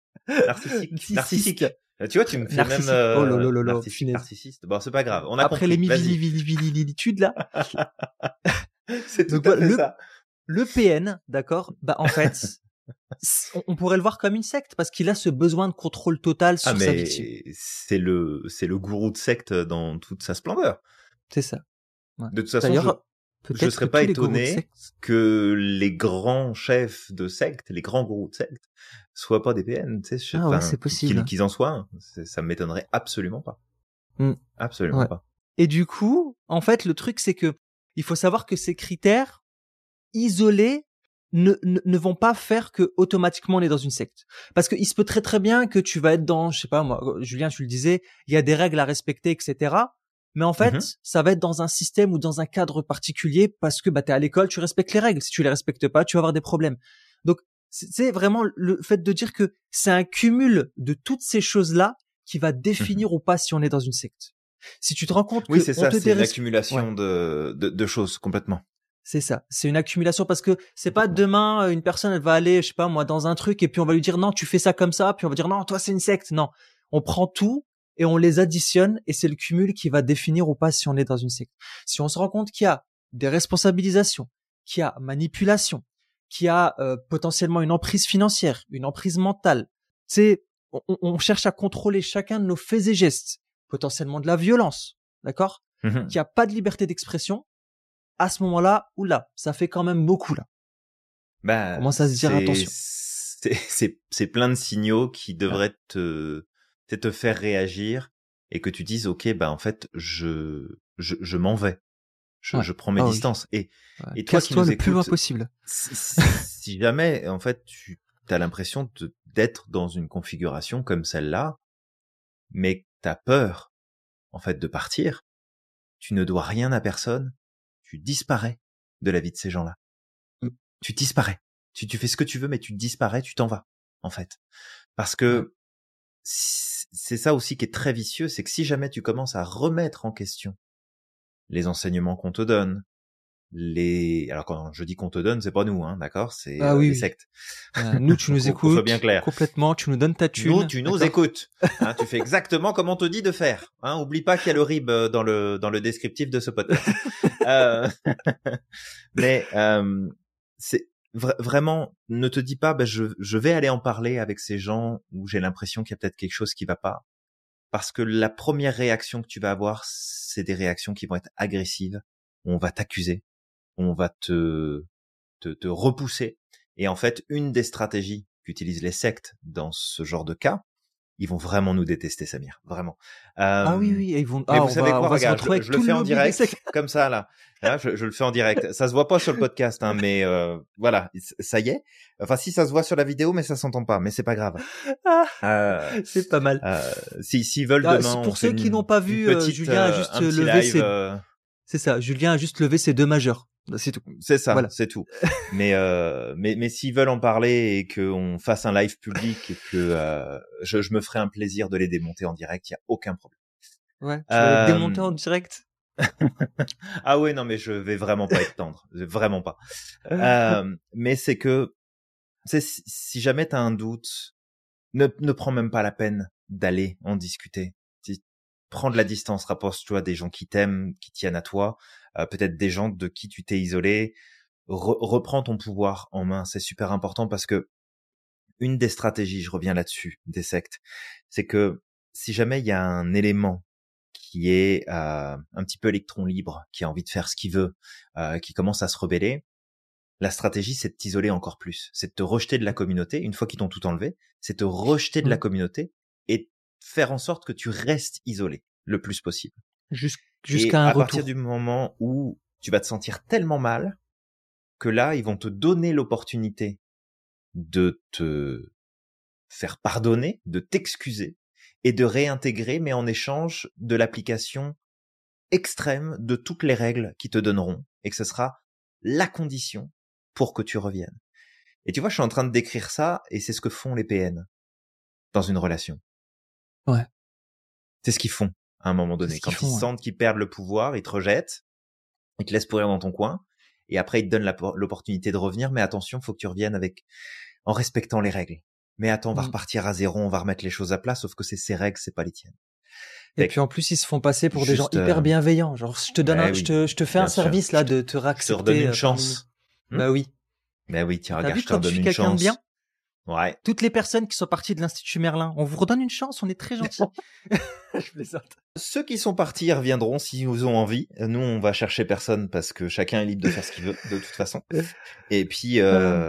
Tu vois, tu me fais même narcissiste. Bon, c'est pas grave. On a après compris. Les vilitudes là. C'est tout à fait ça. Le PN, d'accord. En fait, on pourrait le voir comme une secte parce qu'il a ce besoin de contrôle total sur sa victime. C'est le gourou de secte dans toute sa splendeur. C'est ça. Ouais. De toute façon, je ne serais pas étonné que les grands chefs de secte, les grands gourous de secte, soient pas des PN. C'est possible. Qu'ils en soient, ça m'étonnerait absolument pas. Absolument pas. Et du coup, en fait, le truc, c'est que il faut savoir que ces critères isolés ne vont pas faire que automatiquement on est dans une secte. Parce qu'il se peut très très bien que tu vas être dans, je sais pas moi, Julien, tu le disais, il y a des règles à respecter, etc. Mais en fait, ça va être dans un système ou dans un cadre particulier parce que t'es à l'école, tu respectes les règles. Si tu les respectes pas, tu vas avoir des problèmes. Donc, c'est vraiment le fait de dire que c'est un cumul de toutes ces choses-là qui va définir ou pas si on est dans une secte. Si tu te rends compte que c'est ça, c'est une accumulation de choses complètement. C'est ça, c'est une accumulation parce que c'est pas demain une personne elle va aller, je sais pas moi, dans un truc et puis on va lui dire non, tu fais ça comme ça, puis on va dire non, toi c'est une secte. Non, on prend tout et on les additionne et c'est le cumul qui va définir ou pas si on est dans une secte. Si on se rend compte qu'il y a des responsabilisations, qu'il y a manipulation, qui a potentiellement une emprise financière, une emprise mentale. C'est on cherche à contrôler chacun de nos faits et gestes, potentiellement de la violence, d'accord? Qui a pas de liberté d'expression. À ce moment-là, oula, ça fait quand même beaucoup là. Bah, Commence à se dire attention. C'est plein de signaux qui devraient te faire réagir et que tu dises ok, bah en fait je m'en vais. Je prends mes distances. Oui. Et toi qui nous le écoutes, plus loin possible. Si jamais, en fait, tu as l'impression d'être dans une configuration comme celle-là, mais que t'as peur, en fait, de partir, tu ne dois rien à personne, tu disparais de la vie de ces gens-là. Tu disparais. Tu fais ce que tu veux, mais tu disparais, tu t'en vas, en fait. Parce que c'est ça aussi qui est très vicieux, c'est que si jamais tu commences à remettre en question les enseignements qu'on te donne, alors quand je dis qu'on te donne, c'est pas nous, hein, d'accord, c'est les sectes. Nous, tu nous écoutes soit bien clair. Complètement, tu nous donnes ta thune. Tu nous écoutes. Hein, tu fais exactement comme on te dit de faire. Hein, oublie pas qu'il y a le RIB dans le descriptif de ce podcast. Mais c'est vraiment, ne te dis pas, je vais aller en parler avec ces gens où j'ai l'impression qu'il y a peut-être quelque chose qui va pas. Parce que la première réaction que tu vas avoir, c'est des réactions qui vont être agressives. On va t'accuser, on va te repousser. Et en fait, une des stratégies qu'utilisent les sectes dans ce genre de cas, ils vont vraiment nous détester, Samir, vraiment. Oui, ils vont. Mais vous savez quoi, regarde, je le fais en direct, comme ça là. Là, je le fais en direct. Ça se voit pas sur le podcast, hein, mais voilà, ça y est. Enfin, si ça se voit sur la vidéo, mais ça s'entend pas. Mais c'est pas grave. C'est pas mal. S'ils veulent demain, pour ceux qui n'ont pas vu, Julien a juste levé ses. C'est ça. Julien a juste levé ses deux majeurs. C'est tout. C'est ça, voilà. C'est tout. mais s'ils veulent en parler et qu'on fasse un live public et que je me ferai un plaisir de les démonter en direct, il y a aucun problème. Ouais. Tu vas les démonter en direct. Ah ouais, non, mais je vais vraiment pas être tendre, vraiment pas. Mais c'est que, si jamais t'as un doute, ne prends même pas la peine d'aller en discuter. Prends de la distance, rapproche-toi à des gens qui t'aiment, qui tiennent à toi, peut-être des gens de qui tu t'es isolé. Reprends ton pouvoir en main, c'est super important parce que une des stratégies, je reviens là-dessus, des sectes, c'est que si jamais il y a un élément qui est un petit peu électron libre, qui a envie de faire ce qu'il veut, qui commence à se rebeller, la stratégie, c'est de t'isoler encore plus, c'est de te rejeter de la communauté. Une fois qu'ils t'ont tout enlevé, c'est te rejeter de la communauté et faire en sorte que tu restes isolé le plus possible. Jusqu'à un retour. À partir du moment où tu vas te sentir tellement mal que là, ils vont te donner l'opportunité de te faire pardonner, de t'excuser et de réintégrer, mais en échange de l'application extrême de toutes les règles qui te donneront et que ce sera la condition pour que tu reviennes. Et tu vois, je suis en train de décrire ça et c'est ce que font les PN dans une relation. Ouais. C'est ce qu'ils font à un moment donné. Quand ils sentent qu'ils perdent le pouvoir, ils te rejettent, ils te laissent pourrir dans ton coin et après ils te donnent l'opportunité de revenir, mais attention, faut que tu reviennes en respectant les règles. Mais attends, on va repartir à zéro, on va remettre les choses à plat, sauf que c'est ces règles, c'est pas les tiennes. Et puis en plus, ils se font passer pour des gens hyper bienveillants. Genre, je te donne je te fais un service là de te réaccepter. Je te redonne une chance. Bah oui. Bah oui, tiens, regarde, je te redonne une chance. T'as vu quand je suis quelqu'un de bien? Ouais. Toutes les personnes qui sont parties de l'Institut Merlin, on vous redonne une chance, on est très gentils. Je plaisante. Ceux qui sont partis reviendront s'ils ont envie. Nous, on va chercher personne parce que chacun est libre de faire ce qu'il veut, de toute façon. Et puis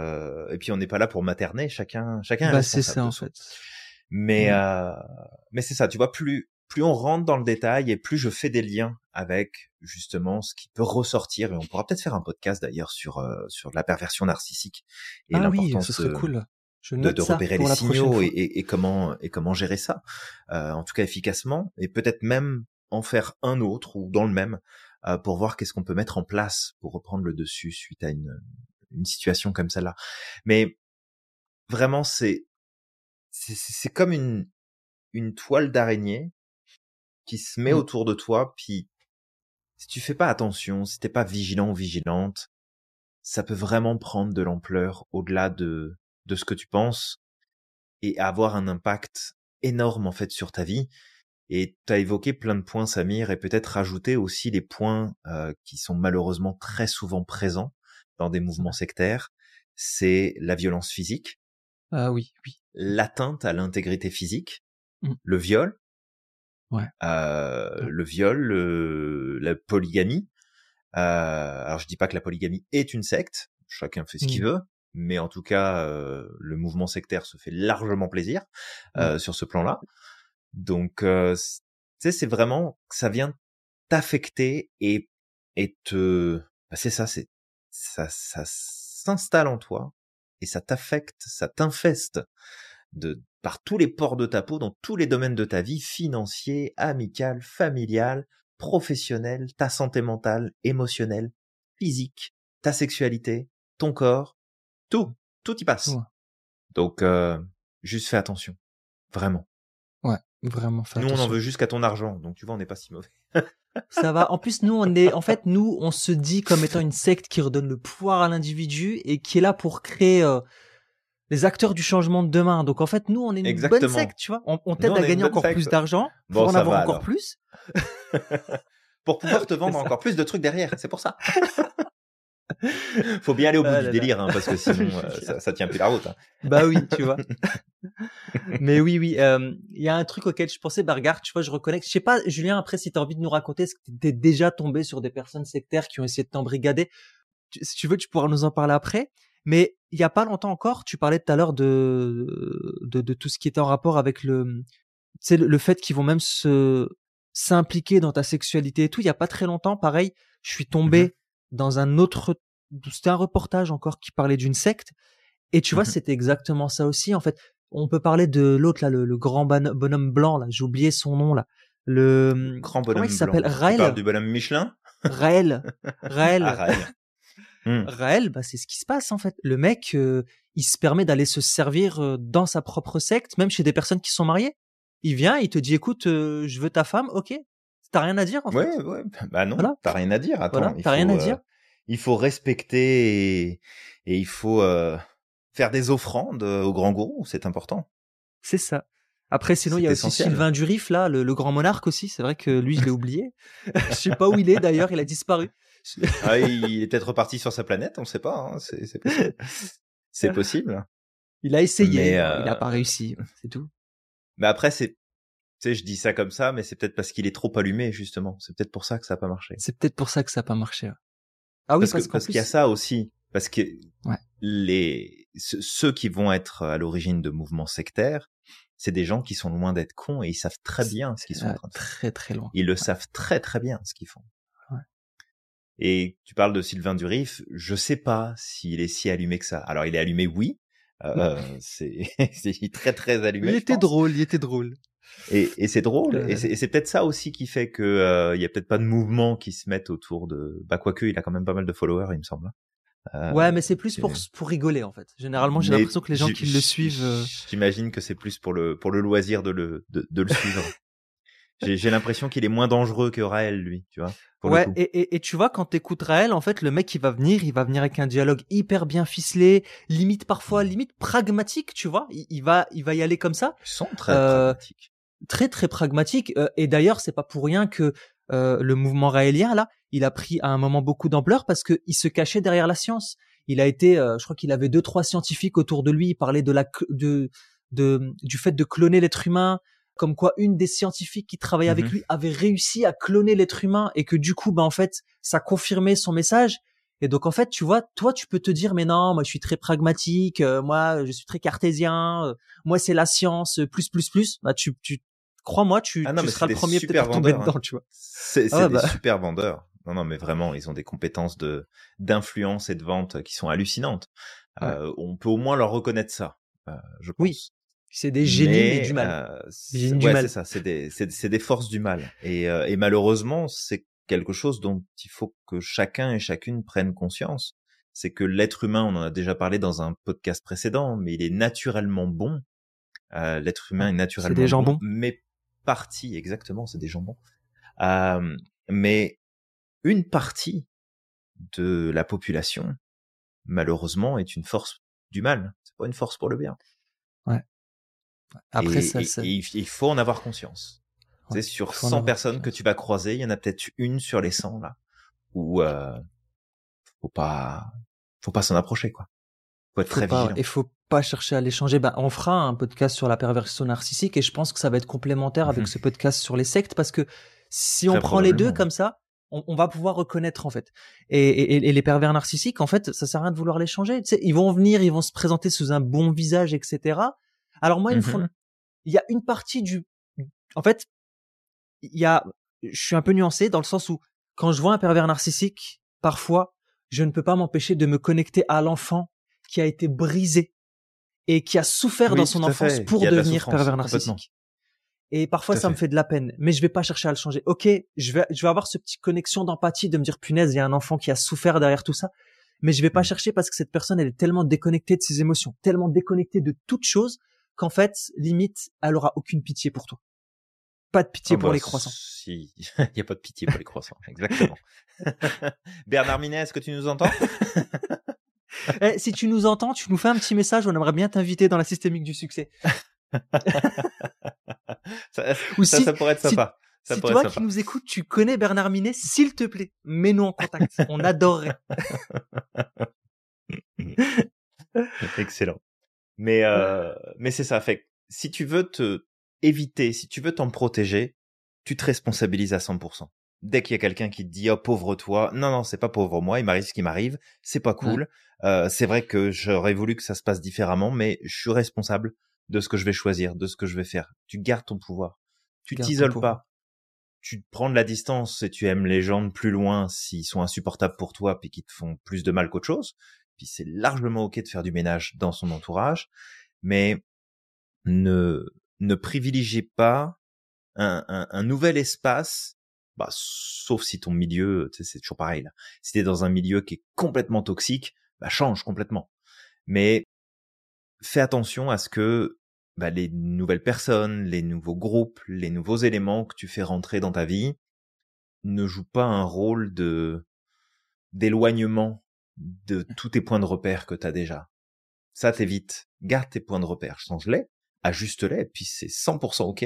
on n'est pas là pour materner. Chacun est responsable. C'est ça, en fait. Mais c'est ça, tu vois, plus on rentre dans le détail et plus je fais des liens avec justement ce qui peut ressortir, et on pourra peut-être faire un podcast d'ailleurs sur la perversion narcissique et l'importance ce serait cool. de repérer les signaux et comment gérer ça, en tout cas efficacement, et peut-être même en faire un autre ou dans le même pour voir qu'est-ce qu'on peut mettre en place pour reprendre le dessus suite à une situation comme celle-là. Mais vraiment, c'est comme une toile d'araignée qui se met autour de toi, puis si tu fais pas attention, si t'es pas vigilant ou vigilante, ça peut vraiment prendre de l'ampleur au-delà de ce que tu penses et avoir un impact énorme en fait sur ta vie. Et t'as évoqué plein de points, Samir, et peut-être rajouter aussi les points qui sont malheureusement très souvent présents dans des mouvements sectaires, c'est la violence physique. Ah oui. L'atteinte à l'intégrité physique, le viol, la polygamie. Alors je dis pas que la polygamie est une secte, chacun fait ce qu'il veut, mais en tout cas le mouvement sectaire se fait largement plaisir sur ce plan-là. Donc c'est vraiment ça vient t'affecter et c'est ça, ça s'installe en toi et ça t'affecte, ça t'infeste par tous les pores de ta peau, dans tous les domaines de ta vie, financier, amical, familial, professionnel, ta santé mentale, émotionnelle, physique, ta sexualité, ton corps, tout y passe. Donc juste fais attention, vraiment. Ouais, vraiment fais attention. Nous on en veut juste qu'à ton argent, donc tu vois, on n'est pas si mauvais. Ça va. En plus, nous, on se dit comme étant une secte qui redonne le pouvoir à l'individu et qui est là pour créer les acteurs du changement de demain. Donc, en fait, nous, on est une bonne secte, tu vois. On t'aide à gagner encore plus d'argent pour en avoir encore plus. Pour pouvoir te vendre encore plus de trucs derrière. C'est pour ça. Faut bien aller au bout du délire, hein, parce que sinon, ça tient plus la route. Hein. Bah oui, tu vois. Mais oui, il y a un truc auquel je pensais, regarde, tu vois, je reconnecte. Je sais pas, Julien, après, si t'as envie de nous raconter, est-ce que t'es déjà tombé sur des personnes sectaires qui ont essayé de t'embrigader? Si tu veux, tu pourras nous en parler après. Mais il y a pas longtemps encore, tu parlais tout à l'heure de tout ce qui était en rapport avec le fait qu'ils vont même s'impliquer dans ta sexualité et tout. Il y a pas très longtemps, pareil, je suis tombé dans c'était un reportage encore qui parlait d'une secte. Et tu vois, c'était exactement ça aussi, en fait. On peut parler de l'autre, là, le grand bonhomme blanc, là. J'ai oublié son nom, là. Le grand bonhomme comment il s'appelle? blanc. Raël. Tu parles du bonhomme Michelin? Raël. Ah, Raël. Raël, bah, c'est ce qui se passe, en fait. Le mec, il se permet d'aller se servir dans sa propre secte, même chez des personnes qui sont mariées. Il vient, il te dit, écoute, je veux ta femme, ok. T'as rien à dire, en fait. Ouais. Bah non, voilà. T'as rien à dire. Attends, voilà, rien à dire. Il faut respecter et il faut faire des offrandes au grand gourou, c'est important. C'est ça. Après, sinon, il y a aussi Sylvain Durif, là, le grand monarque aussi. C'est vrai que lui, je l'ai oublié. Je sais pas où il est, d'ailleurs, il a disparu. Il est peut-être reparti sur sa planète, on sait pas, hein. C'est possible. C'est possible. Il a essayé, mais il a pas réussi, c'est tout. Mais après, tu sais, je dis ça comme ça, mais c'est peut-être parce qu'il est trop allumé, justement. C'est peut-être pour ça que ça a pas marché. C'est peut-être pour ça que ça a pas marché. Ouais. Ah oui, parce qu'il y a ça aussi. Parce que ceux qui vont être à l'origine de mouvements sectaires, c'est des gens qui sont loin d'être cons et ils savent très bien ce qu'ils sont en train de faire. Très, très loin. Ils le savent très, très bien ce qu'ils font. Ouais. Et tu parles de Sylvain Durif, je sais pas s'il est si allumé que ça. Alors, il est allumé, oui. C'est très, très allumé. Il était drôle. Et c'est drôle. Et c'est peut-être ça aussi qui fait que y a peut-être pas de mouvement qui se mettent autour de. Bah, quoique, il a quand même pas mal de followers, il me semble. Ouais, mais c'est plus pour rigoler, en fait. Généralement, j'ai l'impression que les gens qui le suivent. J'imagine que c'est plus pour le loisir de le suivre. J'ai l'impression qu'il est moins dangereux que Raël, lui, tu vois. Ouais, et tu vois, quand t'écoutes Raël, en fait, le mec, il va venir avec un dialogue hyper bien ficelé, limite pragmatique, tu vois. Il va y aller comme ça. Ils sont très pragmatiques. Très, très pragmatique. Et d'ailleurs, c'est pas pour rien que le mouvement raélien, là, il a pris à un moment beaucoup d'ampleur parce que il se cachait derrière la science. Il a été, je crois qu'il avait 2-3 scientifiques autour de lui. Il parlait du fait de cloner l'être humain, comme quoi une des scientifiques qui travaillait avec lui avait réussi à cloner l'être humain et que du coup, bah en fait, ça confirmait son message. Et donc en fait, tu vois, toi, tu peux te dire, mais non, moi, je suis très pragmatique, moi, je suis très cartésien, moi, c'est la science, plus. Bah crois-moi, tu seras le premier peut-être à tomber dedans, tu vois. C'est des super vendeurs. Non, mais vraiment, ils ont des compétences d'influence et de vente qui sont hallucinantes. Ouais. On peut au moins leur reconnaître ça, je pense. Oui, c'est des génies mais du mal. C'est ça, c'est des forces du mal. Et malheureusement, c'est quelque chose dont il faut que chacun et chacune prenne conscience. C'est que l'être humain, on en a déjà parlé dans un podcast précédent, mais il est naturellement bon. L'être humain est naturellement des jambons. bon, mais exactement, c'est des jambons. Mais une partie de la population, malheureusement, est une force du mal. C'est pas une force pour le bien. Ouais. Après, il faut en avoir conscience. Ouais, c'est sur 100 personnes que tu vas croiser, il y en a peut-être une sur les 100 là où faut pas s'en approcher, quoi. Faut être très vigilant. Il faut pas chercher à les changer. On fera un podcast sur la perversion narcissique et je pense que ça va être complémentaire avec ce podcast sur les sectes parce que si on prend les deux comme ça, on va pouvoir reconnaître en fait. Et les pervers narcissiques, en fait, ça sert à rien de vouloir les changer. Tu sais, ils vont venir, ils vont se présenter sous un bon visage, etc. Alors moi, il y a une partie en fait, je suis un peu nuancé dans le sens où quand je vois un pervers narcissique, parfois, je ne peux pas m'empêcher de me connecter à l'enfant qui a été brisé et qui a souffert dans son enfance pour devenir pervers narcissique. Et parfois, ça me fait de la peine, mais je vais pas chercher à le changer. Ok, je vais avoir ce petit connexion d'empathie de me dire, punaise, il y a un enfant qui a souffert derrière tout ça, mais je vais pas chercher parce que cette personne, elle est tellement déconnectée de ses émotions, tellement déconnectée de toute chose qu'en fait, limite, elle aura aucune pitié pour toi. Pas de pitié pour les croissants. Si, il y a pas de pitié pour les croissants, exactement. Bernard Minet, est-ce que tu nous entends? Si tu nous entends, tu nous fais un petit message, on aimerait bien t'inviter dans la systémique du succès. ça pourrait être sympa. Si toi qui nous écoutes, tu connais Bernard Minet, s'il te plaît, mets-nous en contact. On adorerait. Excellent. Mais c'est ça. Fait si tu veux si tu veux t'en protéger, tu te responsabilises à 100%. Dès qu'il y a quelqu'un qui te dit oh pauvre toi, non c'est pas pauvre moi, il m'arrive ce qui m'arrive, c'est pas cool. C'est vrai que j'aurais voulu que ça se passe différemment, mais je suis responsable de ce que je vais choisir, de ce que je vais faire. Tu gardes ton pouvoir. Tu t'isoles pas. Tu prends de la distance et tu aimes les gens de plus loin s'ils sont insupportables pour toi puis qui te font plus de mal qu'autre chose. Puis c'est largement ok de faire du ménage dans son entourage, mais ne privilégiez pas un nouvel espace, sauf si ton milieu, tu sais, c'est toujours pareil là. Si t'es dans un milieu qui est complètement toxique, change complètement. Mais fais attention à ce que les nouvelles personnes, les nouveaux groupes, les nouveaux éléments que tu fais rentrer dans ta vie ne jouent pas un rôle d'éloignement de tous tes points de repère que t'as déjà. Ça t'évite. Garde tes points de repère, change-les, ajuste-les, puis c'est 100% ok.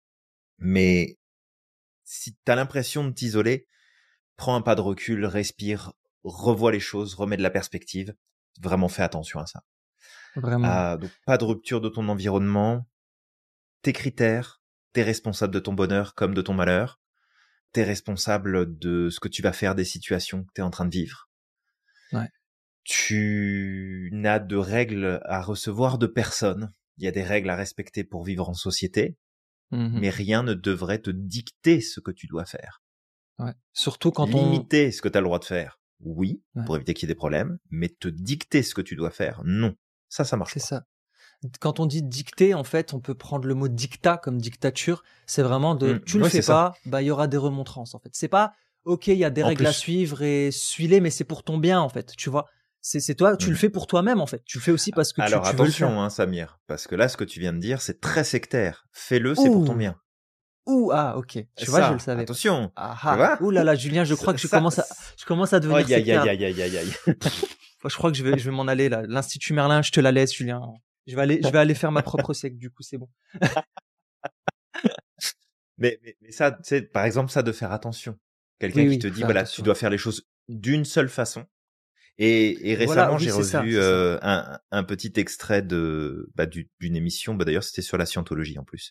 Mais si t'as l'impression de t'isoler, prends un pas de recul, respire, revois les choses, remets de la perspective. Vraiment fais attention à ça. Vraiment. Donc pas de rupture de ton environnement. Tes critères, t'es responsable de ton bonheur comme de ton malheur. T'es responsable de ce que tu vas faire des situations que t'es en train de vivre. Ouais. Tu n'as de règles à recevoir de personne. Il y a des règles à respecter pour vivre en société. Mais rien ne devrait te dicter ce que tu dois faire. Ouais. Surtout quand limiter ce que tu as le droit de faire, oui, pour éviter qu'il y ait des problèmes, mais te dicter ce que tu dois faire, non. Ça marche pas. C'est ça. Quand on dit dicter, en fait, on peut prendre le mot dictat comme dictature. C'est vraiment tu le fais pas, il y aura des remontrances, en fait. C'est pas, ok, il y a des règles à suivre et suis-les, mais c'est pour ton bien, en fait. Tu vois. C'est toi, tu le fais pour toi-même, en fait. Tu le fais aussi parce que tu veux le faire. Alors attention, Samir, parce que là, ce que tu viens de dire, c'est très sectaire. Fais-le, c'est pour ton bien. Ok. Tu vois, je le savais. Attention. Ouh là là, Julien, je crois que je commence à devenir sectaire. Aïe. Je crois que je vais m'en aller là. L'Institut Merlin, je te la laisse, Julien. Je vais aller faire ma propre secte, du coup, c'est bon. mais ça, tu sais, par exemple, ça de faire attention. Quelqu'un qui te dit, voilà, tu dois faire les choses d'une seule façon. Et récemment, j'ai revu un petit extrait d'une émission, d'ailleurs c'était sur la scientologie en plus,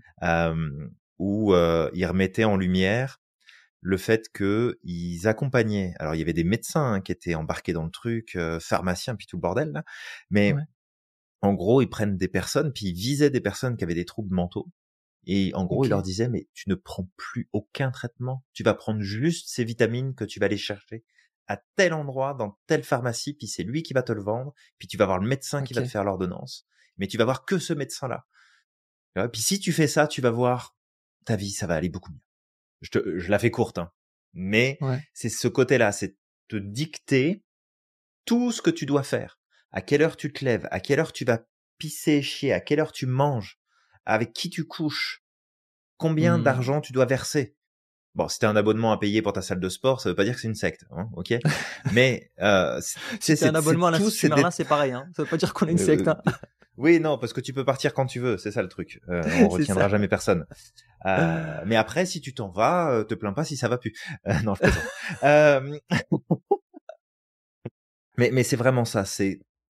où ils remettaient en lumière le fait que ils accompagnaient. Alors il y avait des médecins qui étaient embarqués dans le truc, pharmaciens puis tout le bordel là, mais en gros ils prennent des personnes puis ils visaient des personnes qui avaient des troubles mentaux. Et en gros, ils leur disaient, mais tu ne prends plus aucun traitement. Tu vas prendre juste ces vitamines que tu vas aller chercher à tel endroit, dans telle pharmacie, puis c'est lui qui va te le vendre, puis tu vas voir le médecin qui va te faire l'ordonnance, mais tu vas voir que ce médecin-là. Puis si tu fais ça, tu vas voir, ta vie, ça va aller beaucoup mieux. Je la fais courte, mais c'est ce côté-là, c'est te dicter tout ce que tu dois faire. À quelle heure tu te lèves, à quelle heure tu vas pisser, chier, à quelle heure tu manges, avec qui tu couches, combien d'argent tu dois verser. Bon, si t'as un abonnement à payer pour ta salle de sport, ça veut pas dire que c'est une secte, ok. Mais si t'as un abonnement à l'Institut Merlin, c'est pareil, ça veut pas dire qu'on est une secte. Oui, non, parce que tu peux partir quand tu veux, c'est ça le truc. On retiendra jamais personne. Mais après, si tu t'en vas, te plains pas si ça va plus. Non, je plaisante. Mais c'est vraiment ça, c'est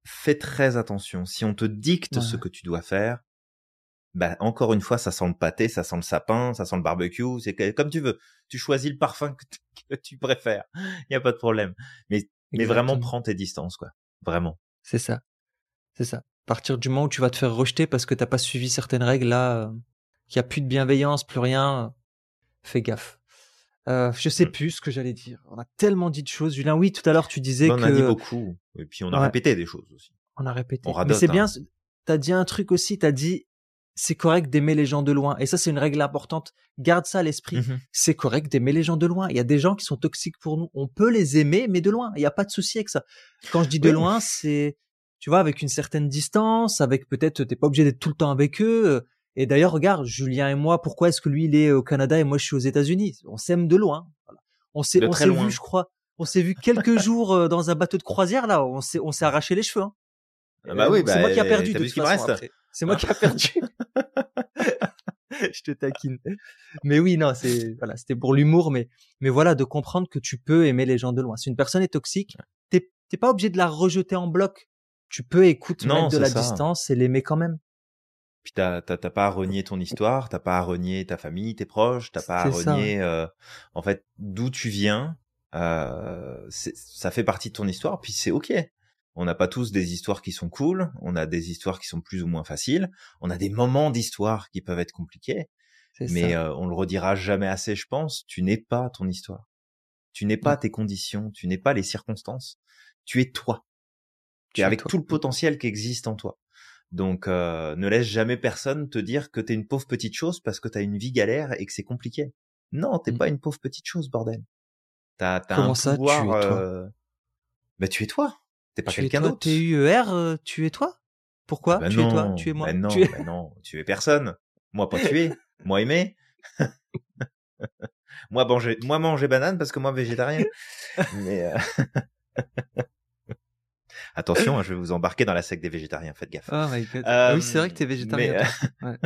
fais très attention. Si on te dicte ce que tu dois faire, bah, encore une fois, ça sent le pâté, ça sent le sapin, ça sent le barbecue, c'est comme tu veux. Tu choisis le parfum que tu préfères. Il y a pas de problème. Mais vraiment, prends tes distances, quoi. Vraiment. C'est ça. C'est ça. À partir du moment où tu vas te faire rejeter parce que t'as pas suivi certaines règles, là, qu'il y a plus de bienveillance, plus rien, fais gaffe. Je sais plus ce que j'allais dire. On a tellement dit de choses, Julien. Oui, tout à l'heure, tu disais on a dit beaucoup. Et puis, on a répété des choses aussi. On a répété. On radote, mais c'est bien, t'as dit un truc aussi, t'as dit, c'est correct d'aimer les gens de loin. Et ça, c'est une règle importante. Garde ça à l'esprit. C'est correct d'aimer les gens de loin. Il y a des gens qui sont toxiques pour nous. On peut les aimer, mais de loin. Il n'y a pas de souci avec ça. Quand je dis de loin, c'est, tu vois, avec une certaine distance, avec peut-être, t'es pas obligé d'être tout le temps avec eux. Et d'ailleurs, regarde, Julien et moi, pourquoi est-ce que lui, il est au Canada et moi, je suis aux États-Unis? On s'aime de loin. Voilà. On s'est vu, je crois, on s'est vu quelques jours dans un bateau de croisière, là. On s'est arraché les cheveux, hein. Bah oui, c'est moi qui a perdu de toute façon. C'est moi qui a perdu. Je te taquine. Mais oui, non, c'était pour l'humour, mais voilà, de comprendre que tu peux aimer les gens de loin. Si une personne est toxique, t'es pas obligé de la rejeter en bloc. Tu peux mettre de la distance et l'aimer quand même. Puis t'as pas à renier ton histoire, t'as pas à renier ta famille, tes proches, t'as pas à renier, en fait, d'où tu viens. Ça fait partie de ton histoire, puis c'est ok. On n'a pas tous des histoires qui sont cool, on a des histoires qui sont plus ou moins faciles, on a des moments d'histoire qui peuvent être compliqués, mais on le redira jamais assez, je pense, tu n'es pas ton histoire. Tu n'es pas tes conditions, tu n'es pas les circonstances. Tu es toi. Tu es avec tout le potentiel qui existe en toi. Donc ne laisse jamais personne te dire que t'es une pauvre petite chose parce que t'as une vie galère et que c'est compliqué. Non, t'es pas une pauvre petite chose, bordel. T'as Comment un pouvoir. Tu es toi bah tu es toi. T'es pas quelqu'un d'autre. TUER, tu es toi. Pourquoi bah tu es toi, tu es moi. Non, tu es personne. Moi pas tu es. Moi aimé. moi manger banane parce que moi végétarien. Mais attention, je vais vous embarquer dans la secte des végétariens, faites gaffe. Oh my god. Oui, c'est vrai que t'es végétarien. Ouais.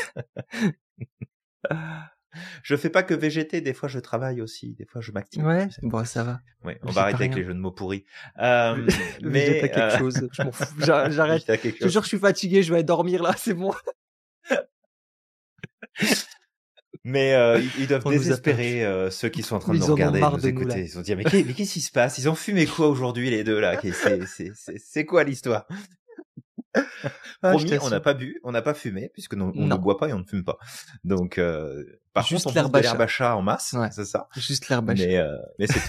Je fais pas que végéter, des fois je travaille aussi, des fois je m'active. Ouais, bon, ça va. Ouais, on va arrêter avec les jeux de mots pourris. Mais quelque chose, je m'en fous. J'arrête. Je te jure, je suis fatigué, je vais dormir là, c'est bon. Mais ils doivent désespérer, ceux qui sont en train de nous regarder, de nous écouter. Ils ont dit mais qu'est-ce qui se passe? Ils ont fumé quoi aujourd'hui les deux là? C'est quoi l'histoire? Promis, on n'a pas bu, on n'a pas fumé, puisque on ne boit pas et on ne fume pas. Donc, par juste contre, on prend de l'herbe à chat en masse, c'est ça. Juste l'herbe à chat. Mais c'est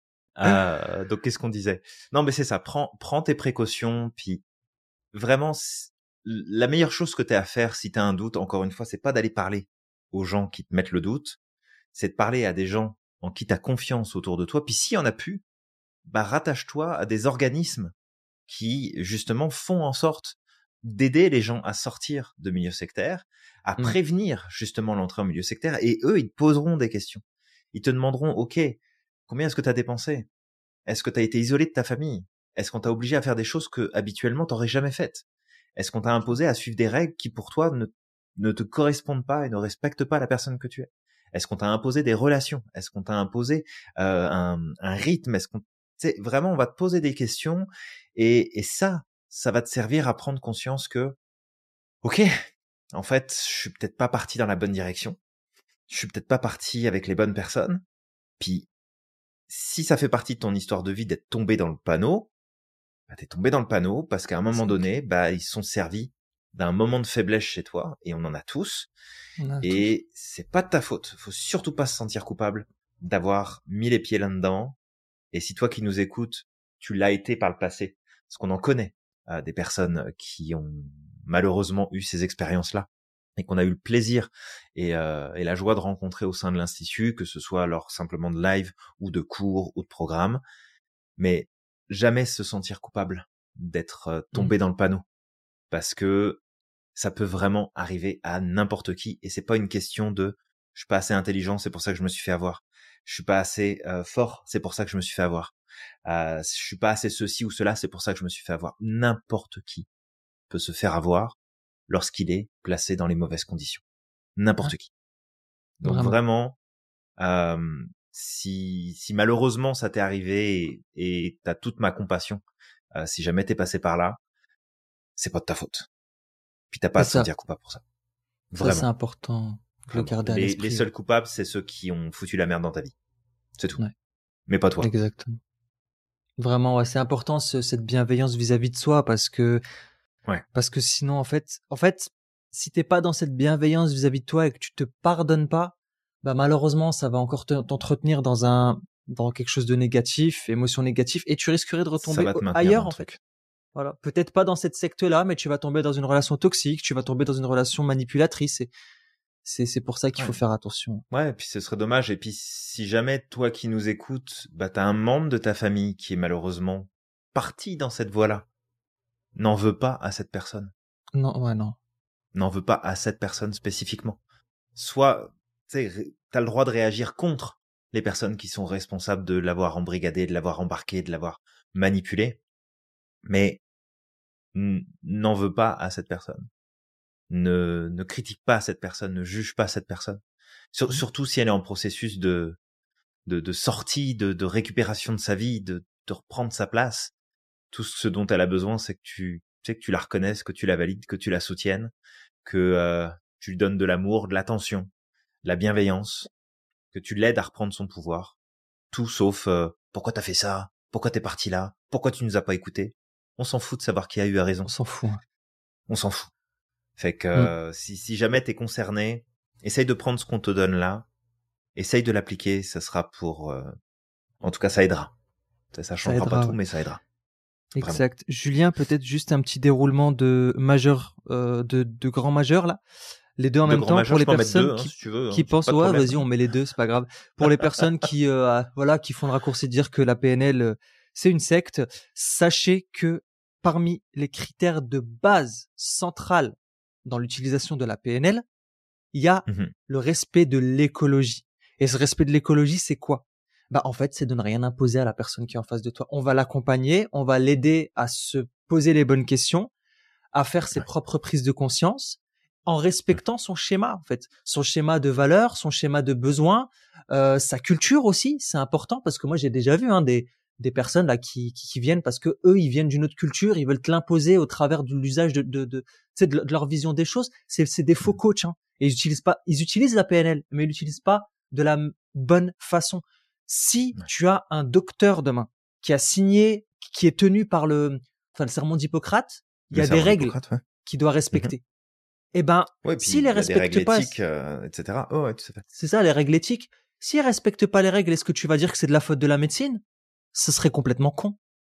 tout. Donc, qu'est-ce qu'on disait? Non, mais c'est ça. Prends tes précautions, puis vraiment, la meilleure chose que tu as à faire si tu as un doute, encore une fois, c'est pas d'aller parler aux gens qui te mettent le doute, c'est de parler à des gens en qui tu as confiance autour de toi. Puis s'il y en a plus, bah rattache-toi à des organismes qui justement font en sorte d'aider les gens à sortir de milieux sectaires, à prévenir justement l'entrée en milieu sectaire, et eux, ils te poseront des questions. Ils te demanderont, ok, combien est-ce que tu as dépensé? Est-ce que tu as été isolé de ta famille? Est-ce qu'on t'a obligé à faire des choses que habituellement t'aurais jamais faites? Est-ce qu'on t'a imposé à suivre des règles qui pour toi ne te correspondent pas et ne respectent pas la personne que tu es? Est-ce qu'on t'a imposé des relations? Est-ce qu'on t'a imposé un rythme? Est-ce qu'on vraiment, on va te poser des questions et ça va te servir à prendre conscience que, ok, en fait, je suis peut-être pas parti dans la bonne direction. Je suis peut-être pas parti avec les bonnes personnes. Puis, si ça fait partie de ton histoire de vie d'être tombé dans le panneau, bah, t'es tombé dans le panneau parce qu'à un moment donné, bah, ils sont servis d'un moment de faiblesse chez toi et on en a tous. Et c'est pas de ta faute. Faut surtout pas se sentir coupable d'avoir mis les pieds là-dedans. Et si toi qui nous écoutes, tu l'as été par le passé, parce qu'on en connaît des personnes qui ont malheureusement eu ces expériences-là et qu'on a eu le plaisir et la joie de rencontrer au sein de l'Institut, que ce soit lors simplement de live ou de cours ou de programmes, mais jamais se sentir coupable d'être tombé dans le panneau, parce que ça peut vraiment arriver à n'importe qui, et c'est pas une question de je suis pas assez intelligent, c'est pour ça que je me suis fait avoir. Je suis pas assez fort, c'est pour ça que je me suis fait avoir. Je suis pas assez ceci ou cela, c'est pour ça que je me suis fait avoir. N'importe qui peut se faire avoir lorsqu'il est placé dans les mauvaises conditions. N'importe qui. Donc vraiment, si malheureusement ça t'est arrivé et t'as toute ma compassion, Si jamais t'es passé par là, c'est pas de ta faute. Puis t'as pas à te sentir coupable pour ça. Vraiment. Ça, c'est important de le garder à l'esprit. Les seuls coupables, c'est ceux qui ont foutu la merde dans ta vie. C'est tout. Ouais. Mais pas toi. Exactement. Vraiment, ouais, c'est important cette bienveillance vis-à-vis de soi parce que sinon, en fait, si t'es pas dans cette bienveillance vis-à-vis de toi et que tu te pardonnes pas, bah malheureusement, ça va encore t'entretenir dans quelque chose de négatif, émotion négative, et tu risquerais de retomber ailleurs en fait. Voilà, peut-être pas dans cette secte-là, mais tu vas tomber dans une relation toxique, tu vas tomber dans une relation manipulatrice. Et c'est pour ça qu'il faut faire attention. Ouais, et puis ce serait dommage. Et puis si jamais toi qui nous écoutes, bah t'as un membre de ta famille qui est malheureusement parti dans cette voie-là, n'en veux pas à cette personne. Non. N'en veux pas à cette personne spécifiquement. Soit, tu sais, t'as le droit de réagir contre les personnes qui sont responsables de l'avoir embrigadé, de l'avoir embarqué, de l'avoir manipulé, mais n'en veux pas à cette personne. Ne critique pas cette personne, ne juge pas cette personne. Surtout si elle est en processus de sortie, de récupération de sa vie, de reprendre sa place. Tout ce dont elle a besoin, c'est que tu la reconnaisses, que tu la valides, que tu la soutiennes, que tu lui donnes de l'amour, de l'attention, de la bienveillance, que tu l'aides à reprendre son pouvoir. Tout sauf pourquoi t'as fait ça, pourquoi t'es parti là, pourquoi tu nous as pas écoutés. On s'en fout de savoir qui a eu raison. On s'en fout. Fait que si jamais t'es concerné, essaye de prendre ce qu'on te donne là, essaye de l'appliquer, ça sera pour... En tout cas, ça aidera. Ça changera pas tout, mais ça aidera. Exact. Vraiment. Julien, peut-être juste un petit déroulement de majeur, de grand majeur là. Les deux en même temps pour les personnes qui pensent vas-y, on met les deux, c'est pas grave. Pour les personnes qui qui font le raccourci de dire que la PNL c'est une secte, sachez que parmi les critères de base centrales dans l'utilisation de la PNL, il y a le respect de l'écologie. Et ce respect de l'écologie, c'est quoi? Bah en fait, c'est de ne rien imposer à la personne qui est en face de toi. On va l'accompagner, on va l'aider à se poser les bonnes questions, à faire ses propres prises de conscience, en respectant son schéma, en fait, son schéma de valeurs, son schéma de besoins, sa culture aussi, c'est important parce que moi j'ai déjà vu des personnes là qui viennent parce que eux ils viennent d'une autre culture, ils veulent te l'imposer au travers de l'usage de leur vision des choses. C'est des faux coachs, hein. Et ils utilisent la PNL, mais ils l'utilisent pas de la bonne façon. Si tu as un docteur demain qui a signé, qui est tenu par le serment d'Hippocrate, il y a des règles qu'il doit respecter. Eh ben, s'il les respecte pas, éthiques, etc. Oh, ouais, tout à fait. C'est ça, les règles éthiques. S'il respecte pas les règles, est-ce que tu vas dire que c'est de la faute de la médecine? Ce serait complètement con.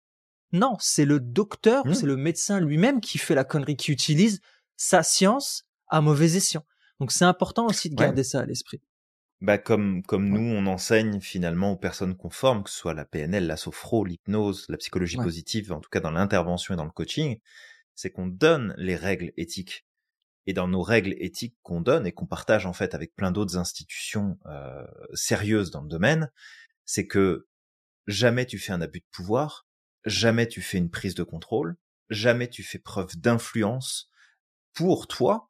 Non, c'est le docteur, c'est le médecin lui-même qui fait la connerie, qui utilise sa science à mauvais escient. Donc c'est important aussi de garder ça à l'esprit. Bah comme nous, on enseigne finalement aux personnes conformes, que ce soit la PNL, la sophro, l'hypnose, la psychologie positive, en tout cas dans l'intervention et dans le coaching, c'est qu'on donne les règles éthiques. Et dans nos règles éthiques qu'on donne et qu'on partage en fait avec plein d'autres institutions sérieuses dans le domaine, c'est que jamais tu fais un abus de pouvoir, jamais tu fais une prise de contrôle, jamais tu fais preuve d'influence pour toi,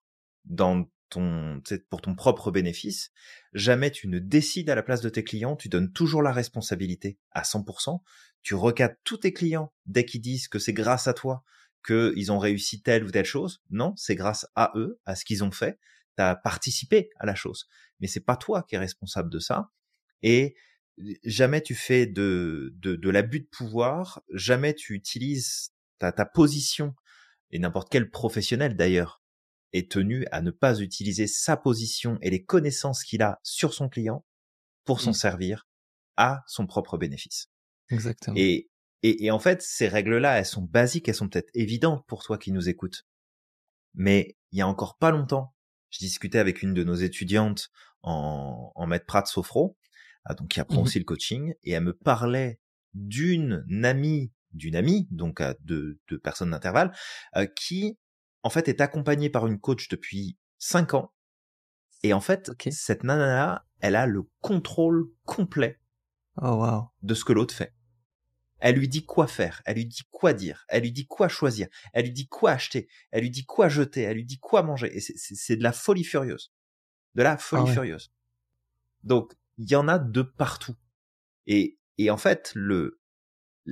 pour ton propre bénéfice, jamais tu ne décides à la place de tes clients, tu donnes toujours la responsabilité à 100%, tu recadres tous tes clients dès qu'ils disent que c'est grâce à toi qu'ils ont réussi telle ou telle chose. Non, c'est grâce à eux, à ce qu'ils ont fait. Tu as participé à la chose. Mais c'est pas toi qui es responsable de ça. Et jamais tu fais de l'abus de pouvoir, jamais tu utilises ta position, et n'importe quel professionnel d'ailleurs est tenu à ne pas utiliser sa position et les connaissances qu'il a sur son client pour s'en servir à son propre bénéfice. Exactement. Et en fait, ces règles-là, elles sont basiques, elles sont peut-être évidentes pour toi qui nous écoutes. Mais il y a encore pas longtemps, je discutais avec une de nos étudiantes en maître Prat Sophro, donc qui apprend aussi le coaching, et elle me parlait d'une amie, donc à deux personnes d'intervalle, qui en fait est accompagnée par une coach depuis 5 ans. Et en fait, cette nana-là, elle a le contrôle complet de ce que l'autre fait. Elle lui dit quoi faire, elle lui dit quoi dire, elle lui dit quoi choisir, elle lui dit quoi acheter, elle lui dit quoi jeter, elle lui dit quoi manger. Et c'est de la folie furieuse. De la folie furieuse. Donc, il y en a de partout. Et en fait,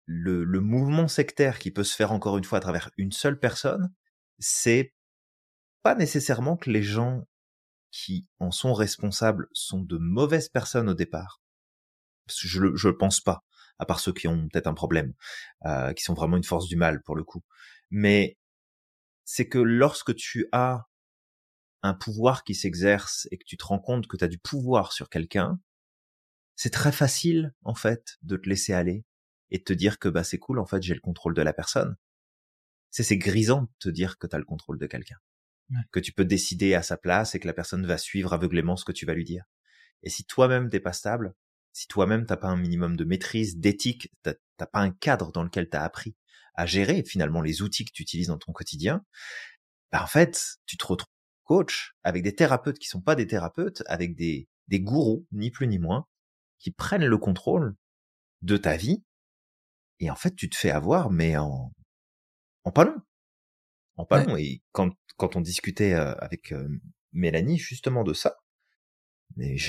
le mouvement sectaire qui peut se faire encore une fois à travers une seule personne, c'est pas nécessairement que les gens qui en sont responsables sont de mauvaises personnes au départ. Parce que je le pense pas, à part ceux qui ont peut-être un problème, qui sont vraiment une force du mal pour le coup. Mais c'est que lorsque tu as un pouvoir qui s'exerce et que tu te rends compte que tu as du pouvoir sur quelqu'un, c'est très facile en fait de te laisser aller et de te dire que c'est cool, en fait j'ai le contrôle de la personne. C'est grisant de te dire que tu as le contrôle de quelqu'un. Ouais. Que tu peux décider à sa place et que la personne va suivre aveuglément ce que tu vas lui dire. Et si toi-même t'es pas stable, si toi-même t'as pas un minimum de maîtrise, d'éthique, t'as pas un cadre dans lequel t'as appris à gérer finalement les outils que tu utilises dans ton quotidien, en fait, tu te retrouves coach avec des thérapeutes qui sont pas des thérapeutes, avec des gourous, ni plus ni moins, qui prennent le contrôle de ta vie, et en fait, tu te fais avoir, mais en pas long. En pas long. Et quand on discutait avec Mélanie justement de ça, mais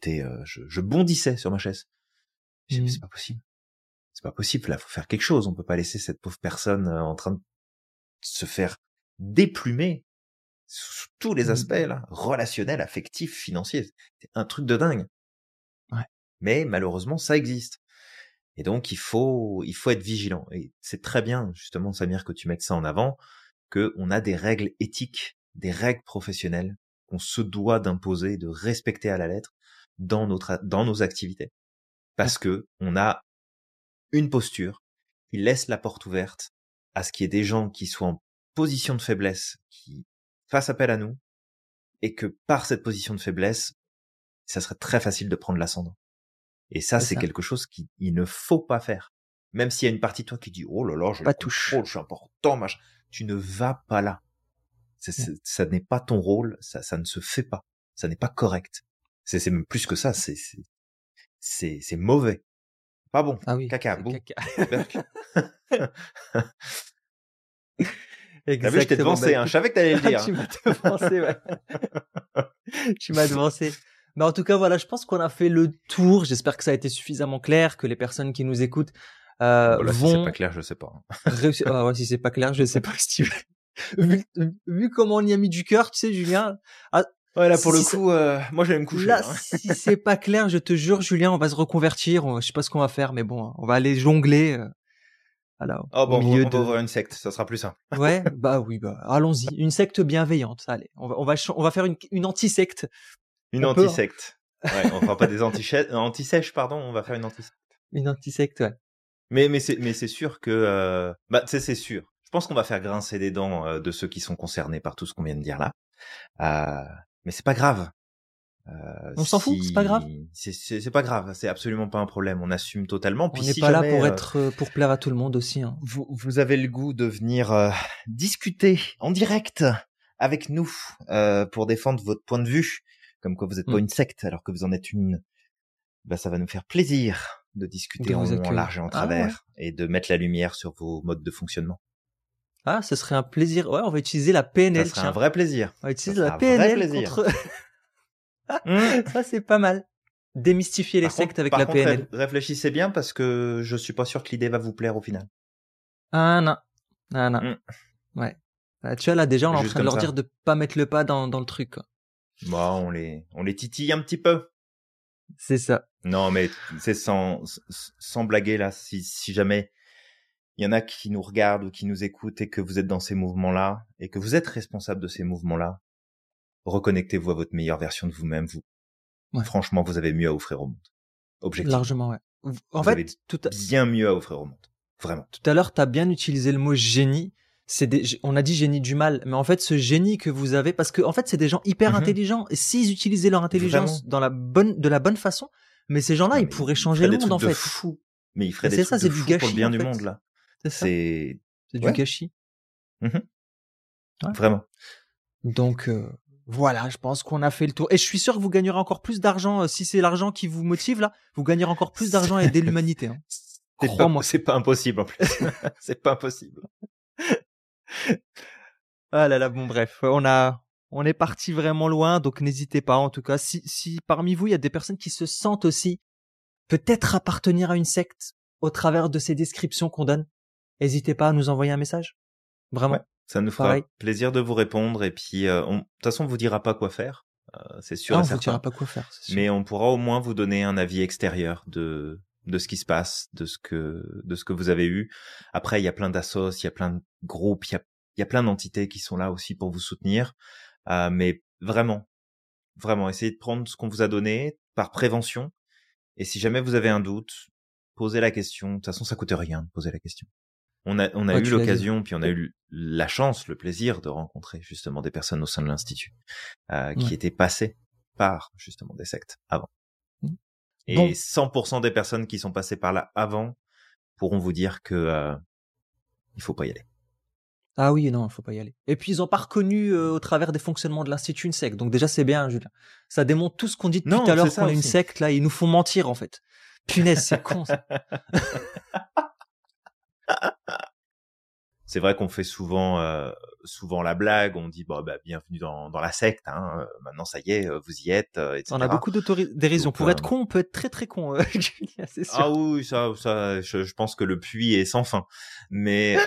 je bondissais sur ma chaise. J'ai dit, mais c'est pas possible. C'est pas possible, là, faut faire quelque chose. On peut pas laisser cette pauvre personne en train de se faire déplumer sous tous les aspects, là, relationnels, affectifs, financiers. C'est un truc de dingue. Ouais. Mais malheureusement, ça existe. Et donc, il faut être vigilant. Et c'est très bien, justement, Samir, que tu mettes ça en avant, que on a des règles éthiques, des règles professionnelles qu'on se doit d'imposer, de respecter à la lettre dans nos activités. Parce que on a une posture qui laisse la porte ouverte à ce qu'il y ait des gens qui soient en position de faiblesse, qui fassent appel à nous, et que par cette position de faiblesse, ça serait très facile de prendre l'ascendant. Et ça, c'est quelque chose qu'il ne faut pas faire. Même s'il y a une partie de toi qui dit, oh là là, je suis important, machin. Tu ne vas pas là. Ça n'est pas ton rôle, ça ne se fait pas. Ça n'est pas correct. C'est même plus que ça, c'est mauvais. Pas bon. Ah oui. Caca, boum. Exactement. T'as vu, je t'ai devancé, hein. Je savais que t'allais le dire. Tu m'as devancé, ouais. Tu m'as devancé. Mais en tout cas, voilà, je pense qu'on a fait le tour. J'espère que ça a été suffisamment clair, que les personnes qui nous écoutent vont... Si c'est pas clair, je sais pas. réussir... Ah ouais, si c'est pas clair, je sais pas, Steve. vu comment on y a mis du cœur, tu sais, Julien. Ouais, là, pour le coup, moi, je vais me coucher. Là, si c'est pas clair, je te jure, Julien, on va se reconvertir. Je sais pas ce qu'on va faire, mais bon, on va aller jongler. Voilà, on va ouvrir une secte, ça sera plus simple. Ouais, oui, allons-y. Une secte bienveillante, allez. On va faire une anti-secte. Une anti-secte. Ouais, on fera pas des anti-sèches, pardon, on va faire une anti-secte. Une anti-secte, ouais. Mais c'est sûr que, c'est sûr. Je pense qu'on va faire grincer des dents de ceux qui sont concernés par tout ce qu'on vient de dire là. Mais c'est pas grave. On s'en fout, c'est pas grave. C'est pas grave, c'est absolument pas un problème. On assume totalement. On n'est pas là pour plaire à tout le monde aussi. Hein. Vous avez le goût de venir discuter en direct avec nous pour défendre votre point de vue, comme quoi vous n'êtes pas une secte alors que vous en êtes une. Ça va nous faire plaisir de discuter en long, en large et en travers et de mettre la lumière sur vos modes de fonctionnement. Ah, ce serait un plaisir. Ouais, on va utiliser la PNL. Ça serait un vrai plaisir. On va utiliser la PNL contre... Ça, c'est pas mal. Démystifier les sectes avec la PNL. Réfléchissez bien parce que je suis pas sûr que l'idée va vous plaire au final. Ah non. Ouais. Tu vois, là, déjà, on est en train de leur dire de pas mettre le pas dans le truc, quoi. On les titille un petit peu. C'est ça. Non, mais c'est sans blaguer, là. Si jamais il y en a qui nous regardent ou qui nous écoutent et que vous êtes dans ces mouvements-là et que vous êtes responsable de ces mouvements-là, reconnectez-vous à votre meilleure version de vous-même. Franchement, vous avez mieux à offrir au monde. Objectivement. Largement, ouais. Vous avez bien mieux à offrir au monde. Vraiment. Tout à l'heure, t'as bien utilisé le mot génie. On a dit génie du mal, mais en fait, ce génie que vous avez, parce que en fait, c'est des gens hyper intelligents. Et s'ils utilisaient leur intelligence de la bonne façon, mais ces gens-là, ils pourraient changer le monde, en fait. Fou. Mais ils feraient des trucs de fou pour le bien du monde, là. C'est du gâchis. Ouais. Vraiment. Donc, voilà, je pense qu'on a fait le tour. Et je suis sûr que vous gagnerez encore plus d'argent. Si c'est l'argent qui vous motive, là, vous gagnerez encore plus d'argent à aider l'humanité. Hein. Crois-moi. C'est pas impossible, en plus. C'est pas impossible. Ah là là, bon, bref. On est parti vraiment loin. Donc, n'hésitez pas. En tout cas, si parmi vous, il y a des personnes qui se sentent aussi peut-être appartenir à une secte, au travers de ces descriptions qu'on donne, n'hésitez pas à nous envoyer un message. Vraiment. Ouais, ça nous fera Pareil. plaisir de vous répondre. Et puis, de toute façon, on vous dira pas quoi faire, c'est sûr et On vous certain. dira pas quoi faire, c'est sûr. Mais on pourra au moins vous donner un avis extérieur de ce qui se passe, de ce que vous avez eu. Après, il y a plein d'assos, il y a plein de groupes, il y a plein d'entités qui sont là aussi pour vous soutenir. Mais vraiment, essayez de prendre ce qu'on vous a donné par prévention. Et si jamais vous avez un doute, posez la question. De toute façon, ça coûte rien de poser la question. On a Ouais, eu tu l'as dit. l'occasion, puis on a eu la chance, le plaisir de rencontrer justement des personnes au sein de l'Institut qui étaient passées par justement des sectes avant. Et Bon. 100% des personnes qui sont passées par là avant pourront vous dire que il faut pas y aller. Ah oui, non, il faut pas y aller. Et puis ils ont pas reconnu au travers des fonctionnements de l'Institut une secte. Donc déjà c'est bien, Julien. Ça démontre tout ce qu'on dit depuis tout à l'heure qu'on est une secte. Là, ils nous font mentir en fait. Punaise, c'est con ça. C'est vrai qu'on fait souvent la blague, on dit bienvenue dans la secte, hein, maintenant ça y est, vous y êtes, etc. On a beaucoup d'autodérision. Pour être con, on peut être très très con, Julien, c'est sûr. Ah oui, ça, je pense que le puits est sans fin. Mais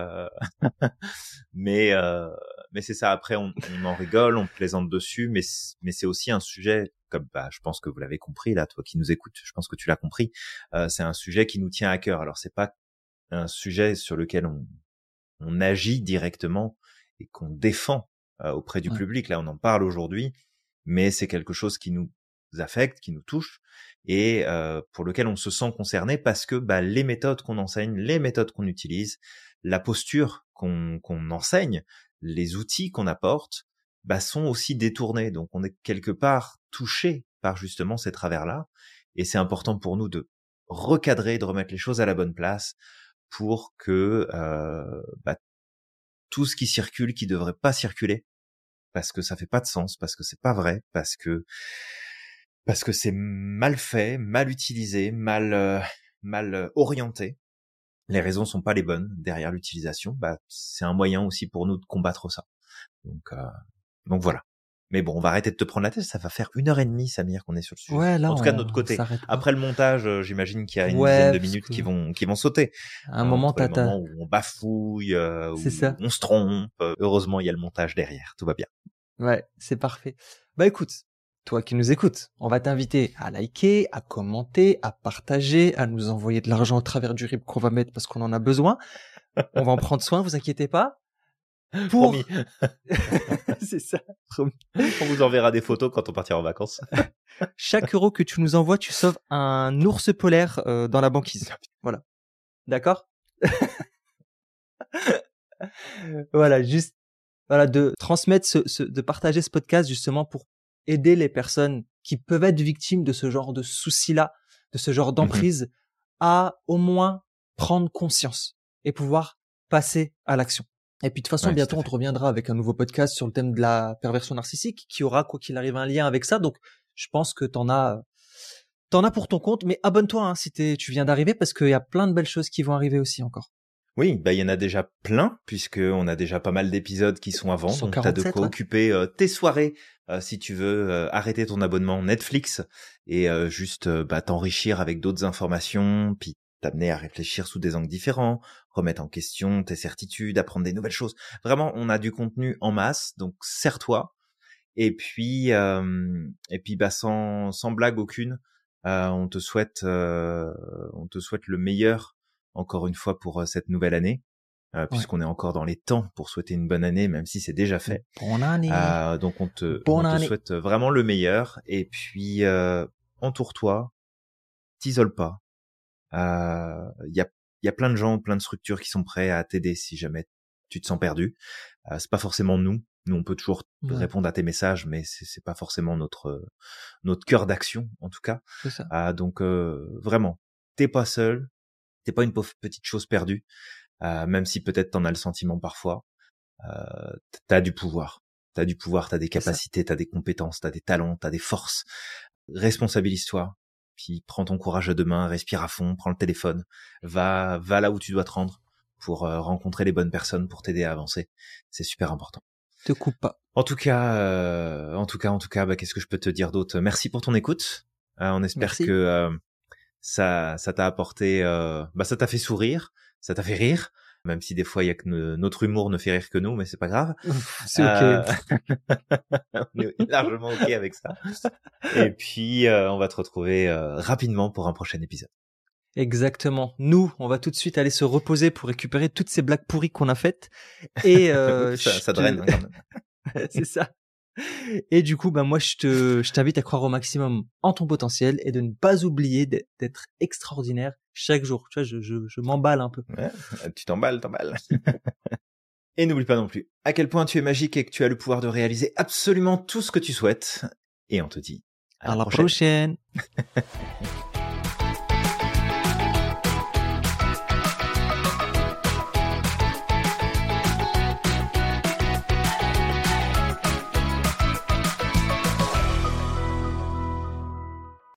mais c'est ça. Après, on en rigole, on plaisante dessus, mais c'est aussi un sujet, comme je pense que vous l'avez compris là, toi qui nous écoutes, je pense que tu l'as compris. C'est un sujet qui nous tient à cœur. Alors c'est pas un sujet sur lequel on agit directement et qu'on défend auprès du public. Là, on en parle aujourd'hui, mais c'est quelque chose qui nous affecte, qui nous touche et pour lequel on se sent concerné parce que les méthodes qu'on enseigne, les méthodes qu'on utilise, la posture qu'on enseigne, les outils qu'on apporte, sont aussi détournés. Donc, on est quelque part touché par justement ces travers-là et c'est important pour nous de recadrer, de remettre les choses à la bonne place pour que tout ce qui circule, qui devrait pas circuler, parce que ça fait pas de sens, parce que c'est pas vrai, parce que c'est mal fait, mal utilisé, mal orienté. Les raisons sont pas les bonnes derrière l'utilisation. C'est un moyen aussi pour nous de combattre ça. Donc voilà. Mais bon, on va arrêter de te prendre la tête. Ça va faire 1h30, Samir, qu'on est sur le sujet. Ouais, là, en tout cas, de notre côté. Après le montage, j'imagine qu'il y a une dizaine de minutes qui vont sauter. À un moment, le moment où on bafouille, où ça. on se trompe. Heureusement, il y a le montage derrière. Tout va bien. Ouais, c'est parfait. Écoute, toi qui nous écoutes, on va t'inviter à liker, à commenter, à partager, à nous envoyer de l'argent au travers du RIB qu'on va mettre parce qu'on en a besoin. On va en prendre soin, vous inquiétez pas. Promis. C'est ça, promis. On vous enverra des photos quand on partira en vacances. Chaque euro que tu nous envoies, tu sauves un ours polaire dans la banquise. Voilà. D'accord? Voilà, juste de transmettre de partager ce podcast justement pour aider les personnes qui peuvent être victimes de ce genre de soucis-là, de ce genre d'emprise, à au moins prendre conscience et pouvoir passer à l'action. Et puis de toute façon, bientôt on te reviendra avec un nouveau podcast sur le thème de la perversion narcissique qui aura, quoi qu'il arrive, un lien avec ça. Donc je pense que t'en as pour ton compte, mais abonne-toi si tu viens d'arriver parce qu'il y a plein de belles choses qui vont arriver aussi encore. Oui, il y en a déjà plein, puisqu'on a déjà pas mal d'épisodes qui sont avant, donc t'as de quoi occuper tes soirées, si tu veux arrêter ton abonnement Netflix et juste t'enrichir avec d'autres informations, puis t'amener à réfléchir sous des angles différents, remettre en question tes certitudes, apprendre des nouvelles choses. Vraiment, on a du contenu en masse, donc serre-toi. Et puis sans blague aucune, on te souhaite le meilleur. Encore une fois pour cette nouvelle année, puisqu'on est encore dans les temps pour souhaiter une bonne année, même si c'est déjà fait. Bonne année. Donc on te souhaite vraiment le meilleur. Et puis entoure-toi, t'isole pas. Il y a plein de gens, plein de structures qui sont prêts à t'aider si jamais tu te sens perdu. C'est pas forcément nous. Nous, on peut toujours répondre à tes messages, mais c'est pas forcément notre cœur d'action, en tout cas. C'est ça. Donc vraiment, t'es pas seul. T'es pas une pauvre petite chose perdue, même si peut-être t'en as le sentiment parfois. T'as du pouvoir. T'as des capacités, t'as des compétences, t'as des talents, t'as des forces. Responsabilise-toi. Puis prends ton courage à deux mains, respire à fond, prends le téléphone, va là où tu dois te rendre pour rencontrer les bonnes personnes pour t'aider à avancer. C'est super important. Te coupe pas. En tout cas, qu'est-ce que je peux te dire d'autre? Merci pour ton écoute. On espère que ça t'a apporté, ça t'a fait sourire, ça t'a fait rire, même si des fois il y a que notre humour ne fait rire que nous, mais c'est pas grave. C'est ok. On est largement ok avec ça. Et puis on va te retrouver rapidement pour un prochain épisode. Exactement. Nous, on va tout de suite aller se reposer pour récupérer toutes ces blagues pourries qu'on a faites. Et ça draine quand même. C'est ça. Et du coup, moi, je t'invite à croire au maximum en ton potentiel et de ne pas oublier d'être extraordinaire chaque jour. Tu vois, je m'emballe un peu. Ouais, tu t'emballes. Et n'oublie pas non plus à quel point tu es magique et que tu as le pouvoir de réaliser absolument tout ce que tu souhaites. Et on te dit à la prochaine.